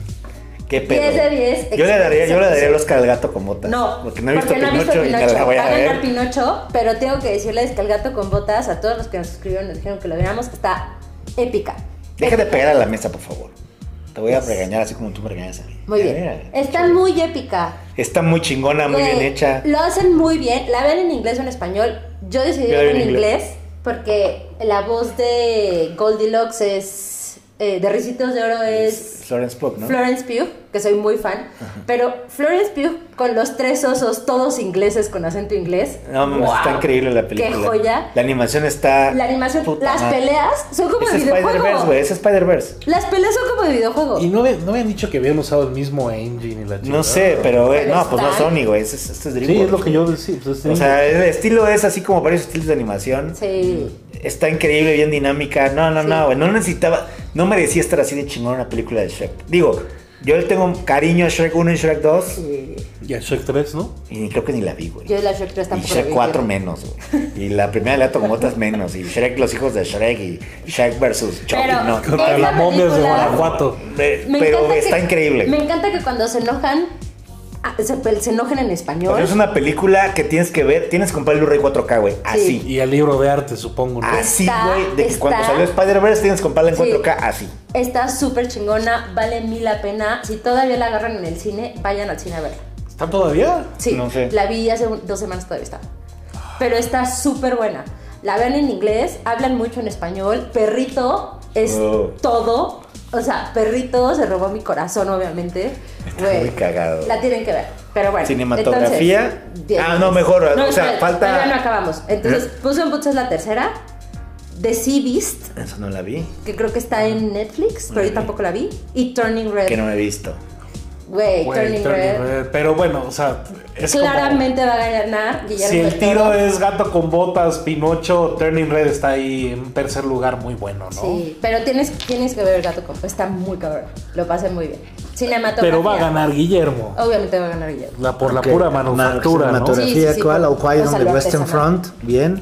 Qué pedo. diez de diez, Yo le daría, yo le daría el excelente. Oscar al gato con botas. No, porque no he visto porque no Pinocho, he visto y me la voy Va a a ganar ver. Pinocho, pero tengo que decirles que El Gato con Botas, a todos los que nos escribieron, nos dijeron que lo viéramos, está épica. Deja de Épica. pegar a la mesa, por favor. Te voy a regañar así como tú me regañas a mí. Muy bien. Eh, Está muy épica. Está muy chingona, muy Güey, bien hecha. Lo hacen muy bien. La ven en inglés o en español. Yo decidí Yo la vi ver en en inglés porque la voz de Goldilocks es. Eh, de Ricitos de Oro es. Florence Pugh, ¿no? Florence Pugh, que soy muy fan. Pero Florence Pugh con los tres osos, todos ingleses con acento inglés. No, mames, ¡Wow! está increíble la película. ¡Qué joya! La animación está. La animación, puta las madre. peleas son como Es de Spider-Verse, videojuego. güey. Es Spider-Verse. Las peleas son como de videojuego. Y no, había- no habían dicho que habían usado el mismo engine y la No chingada. sé, pero, güey. Pero No, pues no está- Sony, güey. Esto es, esto es Sí, DreamWorks, es lo que güey. yo decía. Pues, O sea, el estilo es así como varios estilos de animación. Sí. Está increíble, bien dinámica. No, no, Sí. no, güey. No necesitaba. No merecía estar así de chingón una película de Shrek. Digo, yo le tengo cariño a Shrek uno y Shrek dos. y a Shrek tres, ¿no? Y creo que ni la vi, güey. Yo de la Shrek tres Y tampoco la Shrek vi, cuatro yo- menos, güey. Y la primera de Gato con Botas menos. Y Shrek, los hijos de Shrek. Y Shrek versus Chucky, Pero- no. Contra Esa la momia de película- Guanajuato. Eh, Me pero encanta está que- increíble. Me encanta que cuando se enojan, ah, se, pe- se enojen en español. Porque es una película que tienes que ver. Tienes que comprar el Blu-ray cuatro K, güey. Así. Y el libro de arte, supongo, ¿no? Así, Está- güey. De que está- cuando salió Spider-Verse tienes que comprarla en Sí. cuatro K. Así. Está súper chingona, vale mil la pena. Si todavía la agarran en el cine, vayan al cine a verla. ¿Están todavía? Sí, No sé. la vi hace un- dos semanas, todavía está. Pero está súper buena. La ven en inglés, hablan mucho en español. Perrito es Oh. todo. O sea, Perrito se robó mi corazón, obviamente. Güey, muy cagado. La tienen que ver. Pero bueno. Cinematografía. entonces, diez Ah, de no, diez. mejor, o sea, espera, falta- Todavía no acabamos. Entonces, Puss in Boots es la tercera. The Sea Beast, Eso no la vi. que creo que está en Netflix, pero yo tampoco la vi. Y Turning Red. Que no he visto. Güey, Güey, Turning, Turning Red. Red. Pero bueno, o sea, es como- Claramente va a ganar Guillermo Si el del tiro Toro. es Gato con Botas, Pinocho, Turning Red está ahí en tercer lugar, muy bueno, ¿no? Sí, pero tienes, tienes que ver el Gato con... Está muy cabrón. Lo pasé muy bien. Cinematografía. Pero va a ganar Guillermo. Obviamente va a ganar Guillermo. La, por la Ok. pura Ma- manufactura, ¿no? Cinematografía, Sí, sí, sí, ¿cuál? por- O Quiet o on sea, the lo Western artesanal. Front. Bien.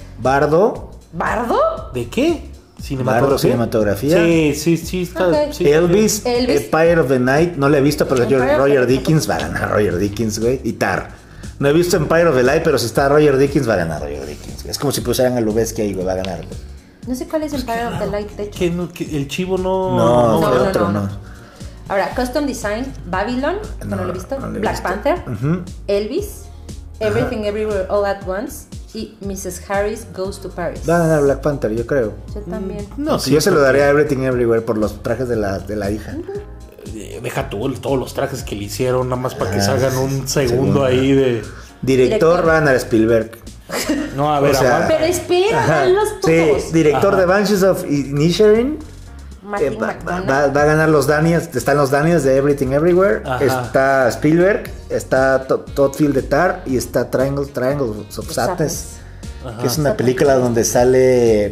Bardo. ¿Bardo? ¿De qué? Bardo, cinematografía. Sí, sí, sí. Está, Ok. sí, Elvis, Elvis. Empire of the Night. No la he visto, pero Empire yo, of the Roger Night. Dickens va a ganar Roger Dickens, güey. Y Tar. No he visto Empire of the Night, pero si está Roger Dickens, va a ganar Roger Dickens. Es como si pusieran a Lubeski ahí, güey. Va a ganar, güey. No sé cuál es Empire of the Light, de hecho. Que no- que el chivo no... No, no, fue no, otro, no, no. no. Ahora, Custom Design, Babylon, no, No, lo he visto. no lo he Black visto. Panther, Ujú. Elvis, Everything Everywhere All at Once y missus Harris Goes to Paris. Va a ganar Black Panther, yo creo. Yo también. No, Sí, yo se lo daría a Everything Everywhere por los trajes de la, de la hija. Eh, Deja tú el- todos los trajes que le hicieron, nada más para que Ah, salgan un segundo segundo. ahí de... Director, Director. va a ganar Spielberg. No, a ver, O sea, aguanta. Pero espera, Ajá. danlos todos. Sí, director Ajá. de Banshees of Inisherin. Matthew Eh, va, McConaughey. va- va a ganar los Daniels. Están los Daniels de Everything Everywhere. Ajá. Está Spielberg. Está To- Todd Field de Tar. Y está Triangle, Triangle of Sadness. Ajá. Que es una película donde sale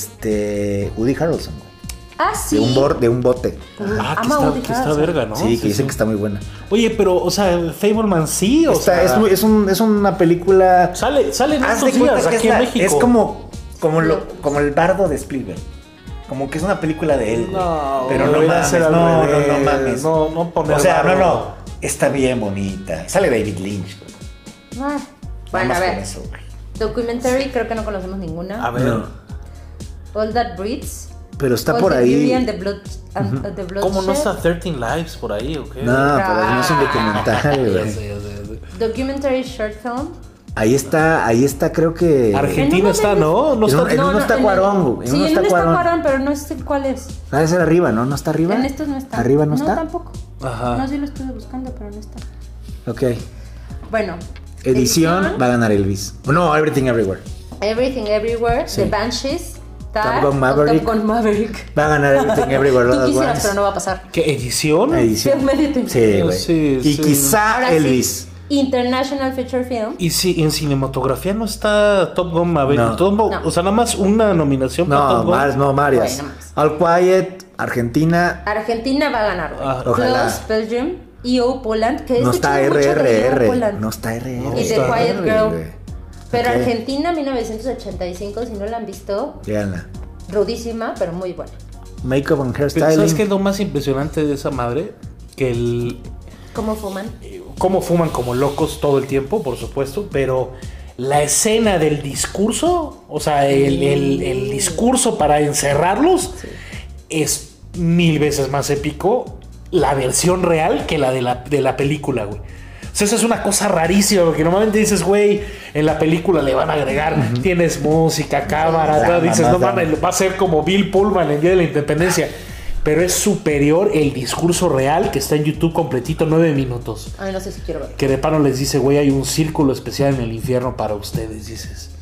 este Woody Harrelson, güey. Ah, sí. De un, bor- de un bote. Ah, que Ama a está, Woody que está Harrelson. verga, ¿no? Sí, que dicen que está muy buena. Oye, pero, o sea, Fableman sí, o Está- sea... es, muy- es un- es una película. Sale, sale en Haz estos de cuenta días que aquí es, en la- México. es como, como, lo, como el bardo de Spielberg. Como que es una película de él. güey. No, pero no debería mames, ser al no, no, revés. no mames. No, no poner O sea, no, bardo. no. Está bien bonita. Sale David Lynch. güey. Ah, Nada bueno, más a con ver. eso, güey. Documentary, creo que no conocemos ninguna. A ver, No. All That Breathes. Pero está All por the ahí. Beauty and the Blood, and, uh, the ¿cómo no Bloodshed. está trece Lives por ahí o qué? No, pero no es un documental, Ya güey. sé, ya sé, ya sé. Documentary Short Film. Ahí está, ahí está, creo que. Argentina En uno está, de- ¿no? No en está... un- en uno está en- Cuarón, güey. En Sí, uno en está uno está Cuarón. Cuarón, pero no sé cuál es. Ha de ser arriba, ¿no? ¿No está arriba? En estos no está. ¿Arriba no, No, está? tampoco. Ajá. No, sí lo estuve buscando, pero no está. Ok. Bueno. Edición va a ganar Elvis. No, Everything Everywhere. Everything Everywhere, Sí. The Banshees, Top Tar, Gun Maverick. Top Gun Maverick. Va a ganar Everything Everywhere. Tú All at quisieras, Once. pero no va a pasar. ¿Qué edición? Edición. Film editing. Sí, güey. Sí, y sí. quizá Ahora sí, Elvis. International Feature Film. Y si en cinematografía no está Top Gun Maverick, No. Top Gun- No. o sea, nada más una nominación para No, Top Gun. más, no, varias. Bueno, más. All Quiet, Argentina. Argentina va a ganar, güey. Ah, ojalá. Plus, Belgium, E O Poland, que es No de está hecho mucho de E O R R R. Poland. No está R R R. Y The está Quiet R, Girl. güey. Pero Ok. Argentina mil novecientos ochenta y cinco, si no la han visto, Díganla. rudísima, pero muy buena. Makeup and Pero, ¿sabes qué es hairstyling. lo más impresionante de esa madre? Que el... ¿Cómo fuman? Cómo fuman como locos todo el tiempo, por supuesto, pero la escena del discurso, o sea, el, el- el discurso para encerrarlos, es mil veces más épico la versión real que la de la, de la película, güey. O sea, eso es una cosa rarísima, porque normalmente dices, güey, en la película le van a agregar, tienes música, cámara, Drama, tal, dices, más no drama. mames, va a ser como Bill Pullman en el Día de la Independencia. Pero es superior el discurso real que está en YouTube completito, nueve minutos. Ay, no sé si quiero ver. Que de pano les dice, güey, hay un círculo especial en el infierno para ustedes, dices.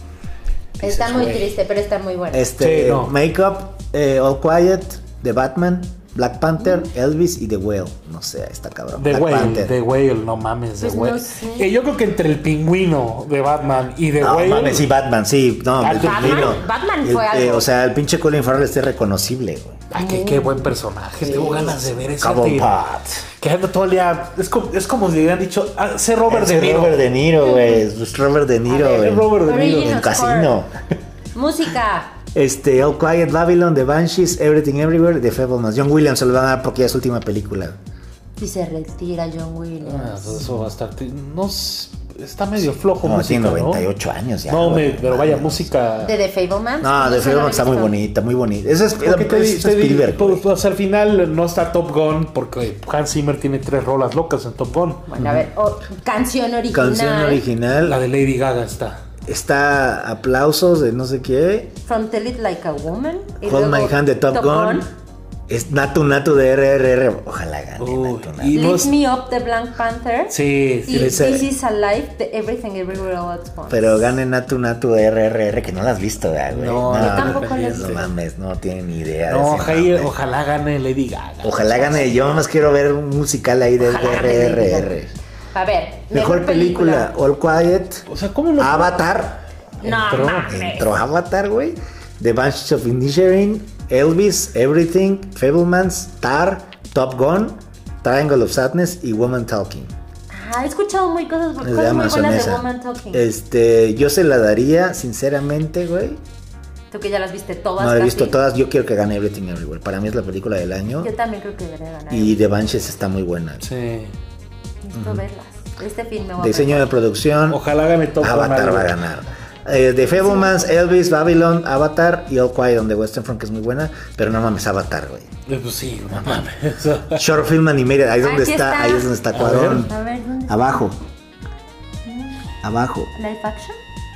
Está Dices, muy güey. triste, pero está muy buena. Este, Sí, no. Makeup, eh, All Quiet, The Batman, Black Panther, Elvis y The Whale. No sé, está cabrón. The Black Whale, Panther. The Whale, no mames, The Pues Whale. no sé. Eh, yo creo que entre el pingüino de Batman y The No Whale. mames, sí, Batman, sí. No, Ah, el Batman- pingüino. Batman El- fue eh, algo. o sea, el pinche Colin Farrell está reconocible, güey. Ay, qué, qué buen personaje. Tengo ganas de ver ese Cobblepot. Que anda todo el día. Es como, es como si le hubieran dicho, ah, sé Robert Ese De Niro. Robert De Niro, güey. Es Robert De Niro, A ver, güey. Es Robert De Niro. Original En Casino. score. Música. Este, All Quiet, Babylon, The Banshees, Everything Everywhere, The Fablemans. John Williams se lo van a dar porque ya es su última película. Y se retira John Williams. Ah, eso va a estar. No, s- está medio flojo. No, música, tiene ¿no? noventa y ocho años ya. No, güey. me- pero vaya, música. ¿De The Fablemans? No, The sé, lo he Fablemans está muy visto. bonita, muy bonita. Ese es, Porque te, es di- te di- Spielberg. pues, güey. pues, al final no está Top Gun porque Hans Zimmer tiene tres rolas locas en Top Gun. Bueno, a ver, oh, canción original. Canción original. La de Lady Gaga está. Está Aplausos de no sé qué. From Tell It Like a Woman. y Hold My luego Hand de Top, Gun. Es Natu Natu de R R R. Ojalá gane Uy, Natu Natu. y no Lift es- Me Up de Black Panther. Sí, Y sí. ese- This Is Alive de Everything Everywhere All at Once. Pero gane Natu Natu de R R R, que no la has visto, ¿verdad, güey? No, yo tampoco la he No visto. mames, no tienen ni idea. No, de ese ojalá, mame. ojalá gane Lady Gaga. Ojalá gane. Yo más quiero ver un musical ahí de Ojalá R R gane R. A ver, Mejor película, All Quiet, O sea, ¿cómo lo Avatar. No, entró? mames. Entró Avatar, güey. The Banshees of Inisherin, Elvis, Everything, Fablemans, Tar, Top Gun, Triangle of Sadness y Woman Talking. Ah, he escuchado muy cosas, Es cosas de muy Amazon buenas de esa. Woman Talking. Este, yo se la daría, sinceramente, güey. Tú que ya las viste todas. No he casi. visto todas, yo quiero que gane Everything Everywhere. Para mí es la película del año. Yo también creo que debería ganar. Y The Banshees está muy buena. Sí. Necesito verlas. Este film me va a Diseño de producción, Ojalá gane Top Gun. Avatar algo. va a ganar. Eh, The Fablemans, Elvis, Babylon, Avatar y All Quiet on the Western Front, que es muy buena. Pero no mames, Avatar, güey. Eh, Pues sí, no mames. Short Film Animated, ahí es donde Aquí está, está. ahí es donde está A Cuarón. A ver, ¿dónde está? Abajo. Abajo. ¿Live action?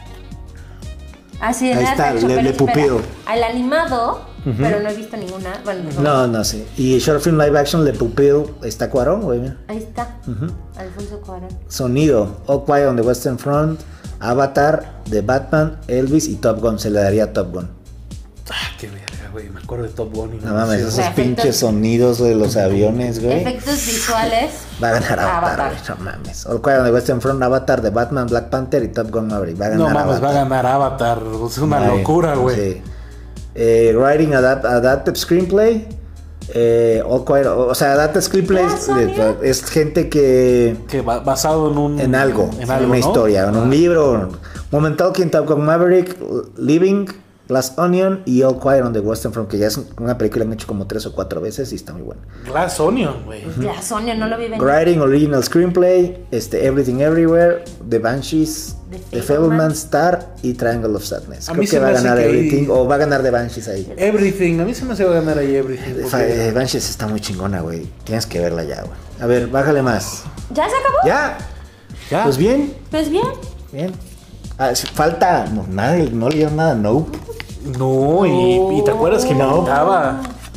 Ah, sí, el Ahí live está, action, Le- pero Le espera. Pupil. Al animado, pero no he visto ninguna. Bueno, No, no sé. Y Short Film Live Action, Le Pupil, está Cuarón, güey. mira. Ahí está. Alfonso Cuarón. Sonido, All Quiet on the Western Front, Avatar, The Batman, Elvis y Top Gun. Se le daría a Top Gun. Ah, qué verga. güey, me acuerdo de Top Gun. Y No mames, esos Efectos- pinches sonidos de los aviones, güey. Efectos visuales. Va a ganar Avatar, Avatar. güey, no mames. All Quiet on the Western Front, Avatar de Batman, Black Panther y Top Gun Maverick. Va a ganar No mames, Avatar. va a ganar Avatar. Es una Ay, locura, güey. Sí. Eh, writing adapt, Adaptive Screenplay. Eh, All Quiet, o sea, Adaptive Screenplay Ah, es, ¿sabía? es gente que... Que va- basado en un... En algo, En en algo, una ¿no? historia, en un libro. Moment Talking, Top Gun Maverick, Living, Glass Onion y All Quiet on the Western Front, que ya es una película que han hecho como tres o cuatro veces y está muy buena. Glass Onion, güey. La Sonia no lo vi venir. Writing, Original Screenplay, este, Everything Everywhere, The Banshees, The The Fableman. Fableman Star y Triangle of Sadness. A Creo mí que se va a me hace ganar que ahí- Everything o va a ganar The Banshees ahí. Everything. A mí se me hace va a ganar ahí Everything. Fa- porque- eh, Banshees está muy chingona, güey. Tienes que verla ya, güey. A ver, bájale más. ¿Ya se acabó? ¿Ya? ¿Ya? Pues bien, Pues bien. bien. Ah, sí, falta... No, nada, no leyeron nada, Nope. No, y, y te acuerdas que No. no estaba.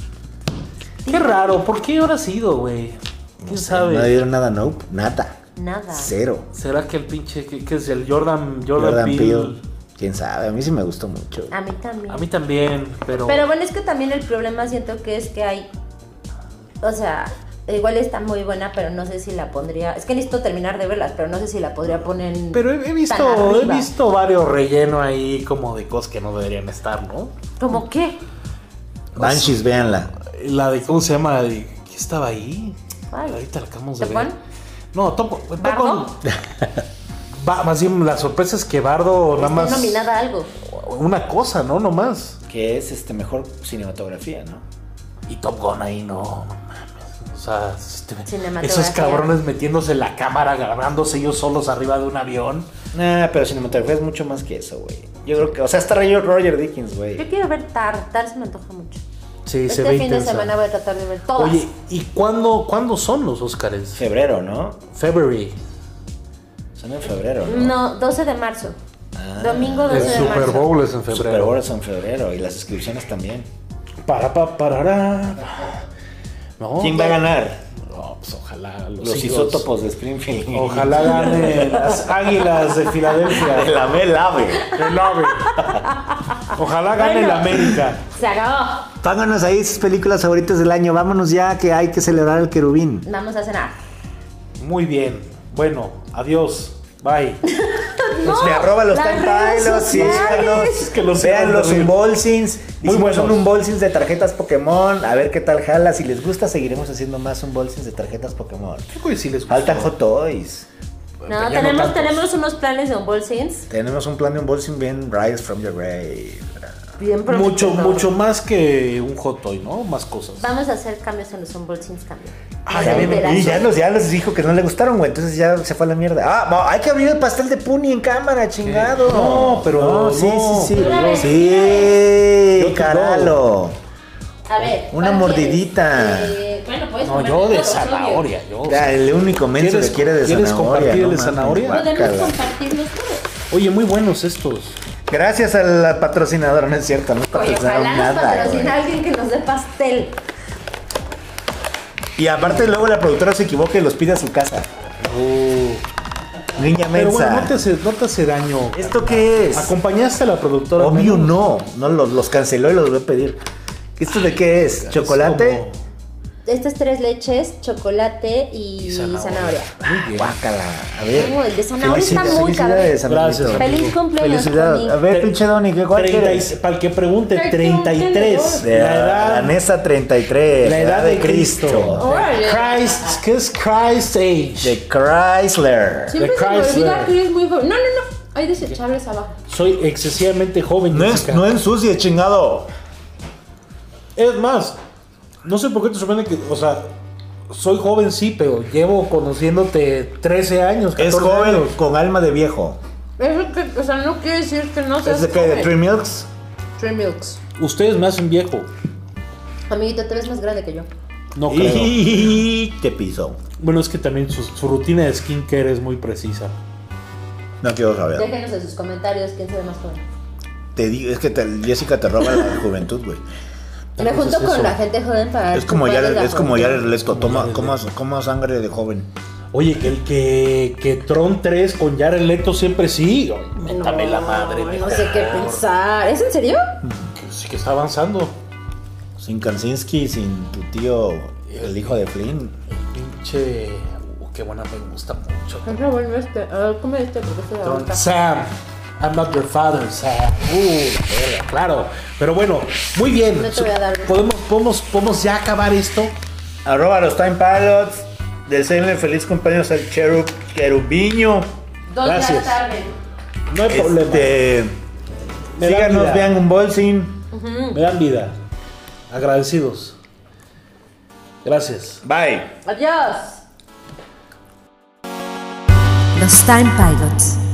Qué raro, ¿por qué habrá sido, güey? ¿Quién sabe? No leyeron nada, Nope. Nada. Nada. Cero. ¿Será que el pinche, que, que es el Jordan, Jordan, Jordan Peele? Peele. Quién sabe, a mí sí me gustó mucho. A mí también. A mí también, pero... Pero bueno, es que también el problema siento que es que hay. O sea, igual está muy buena, pero no sé si la pondría. Es que necesito terminar de verlas, pero no sé si la podría poner en. Pero he, he visto, tan he arriba. visto varios rellenos ahí como de cosas que no deberían estar, ¿no? ¿Cómo qué? Banshees, véanla. La de, ¿cómo se llama? De- ¿Qué estaba ahí? ¿Cuál? Ahorita la acabamos de ¿Top ver. Gun? No, Top Top ¿Bardo? Gun. Va, más bien, la sorpresa es que Bardo nada Está más... nominada a algo. Una cosa, ¿no? Nomás. Que es este mejor cinematografía, ¿no? Y Top Gun ahí no, no mames. O sea, este- Cinematografía. esos cabrones metiéndose la cámara, grabándose ellos solos arriba de un avión. Nah, pero cinematografía es mucho más que eso, güey. Yo creo que, o sea, está Roger, Roger Dickens, güey. Yo quiero ver Tar. Tar se me antoja mucho. Sí, se Este ve fin de intensa. semana voy a tratar de ver todas. Oye, ¿y cuándo, cuándo son los Oscars? Febrero, ¿no? February. Son en febrero, ¿no? No, doce de marzo. Ah, Domingo El doce de Super marzo. Bowl es en Super febrero. Bowl es en febrero y las inscripciones también. Para, pa, parará. No, ¿Quién va a ganar? No, pues ojalá los, Los Eagles. isótopos de Springfield. Ojalá gane las Águilas de Filadelfia. El ave, el ave. El ave. Ojalá gane Bueno. el América. Se acabó. Pónganos ahí sus películas favoritas del año. Vámonos ya que hay que celebrar el querubín. Vamos a cenar. Muy bien. Bueno, adiós. Bye. Pues me arroba los las Time redes Pilots, sociales. síganos, Es que los vean sigan los terrible. unboxings. Muy Hicimos buenos. un unboxings de tarjetas Pokémon, a ver qué tal jala. Si les gusta, seguiremos haciendo más unboxings de tarjetas Pokémon. ¿Qué güey si les gustó? Faltan Hot Toys. No, Ya tenemos, tantos. tenemos unos planes de unboxings Tenemos un plan de unboxing bien Rise from your grave. bien Mucho, prometedores. mucho más que un hot toy, ¿no? Más cosas. Vamos a hacer cambios en los unboxings también. Ah, Más ya viene. alteración. Y ya nos, ya nos dijo que no le gustaron, güey. Entonces ya se fue a la mierda. Ah, no, hay que abrir el pastel de Puni en cámara, chingado. No, pero No, sí, no. sí, sí. Una vez. Sí, Yo te caralo. A ver. Una ¿cuál mordidita. quieres? Eh, bueno, puedes No, comer yo de todos, zanahoria. Yo, Ya, el único menso ¿Quieres- que quiere de quieres zanahoria. compartir el de mames, zanahoria? obvio. Podemos guácala. compartirlos todos. Oye, muy buenos estos. Gracias al patrocinador, no es cierto, no Oye, patrocinaron ojalá nos nada. patrocine güey. alguien que nos dé pastel. Y aparte luego la productora se equivoca y los pide a su casa. Niña Pero mensa. bueno, no te hace, no te hace daño. ¿Esto qué es? ¿Acompañaste a la productora? Obvio menos? no, no los, los canceló y los volvió a pedir. ¿Esto de qué es? Es ¿Chocolate? como- Estas tres leches, chocolate y, Y zanahoria. zanahoria. Muy bien. Guácala. A ver. No, el de zanahoria está Felicidades, muy felicidades, cabrón. amiguito. Gracias, Feliz cumpleaños, Felicidades. Tony. A ver, pinche Donny, ¿qué cuál treinta y- quieres? para el que pregunte, Treinta y treinta y tres. De La edad, la Nesa treinta y tres. la edad de Cristo. Órale. Christ, ¿qué es Christ Age? De Chrysler. Siempre De se me Chrysler. olvida que eres muy joven. No, no, no. Hay desechables abajo. Soy excesivamente joven. No, es, Jessica. no ensucie, chingado. Es más, no sé por qué te sorprende que, o sea, soy joven sí, pero llevo conociéndote trece años, Es catorce joven años. con alma de viejo. Eso que, o sea, no quiere decir que no seas ¿Es de qué? ¿De joven. Three Milks? Three Milks. Ustedes me hacen viejo. Amiguito, te ves más grande que yo. No creo. Y te piso. Bueno, es que también su, su rutina de skincare es muy precisa. No quiero saber. Déjenos en sus comentarios quién se ve más joven. Te digo, es que te- Jessica te roba la juventud, güey. Me Entonces junto con eso. la gente joven para Es como chupar ya, de la es como ya juventud. Lesto. Como Toma, Jared coma, Leto. coma sangre de joven. Oye, que, que, que Tron tres con Jared Leto siempre sí. Ay, métame la madre. No mejor. sé qué pensar. ¿Es en serio? Que sí que está avanzando. Sin Kansinsky, sin tu tío, el hijo de Flynn. El pinche... Uh, qué buena, me gusta mucho. Ajá, bueno, este. A ver, come este porque este de Don boca. Sam. I'm not your father, Sam. Uh, la verga, claro. Pero bueno, muy bien. No te voy a dar. Podemos, podemos, podemos ya acabar esto. Arroba los Time Pilots. Deseenle feliz cumpleaños al Cherub Querubiño. Dos Gracias. días tarde. No hay problema. Este, Me da síganos, vida. vean un bolsing. Me dan vida. Agradecidos. Gracias. Bye. Adiós. Los Time Pilots.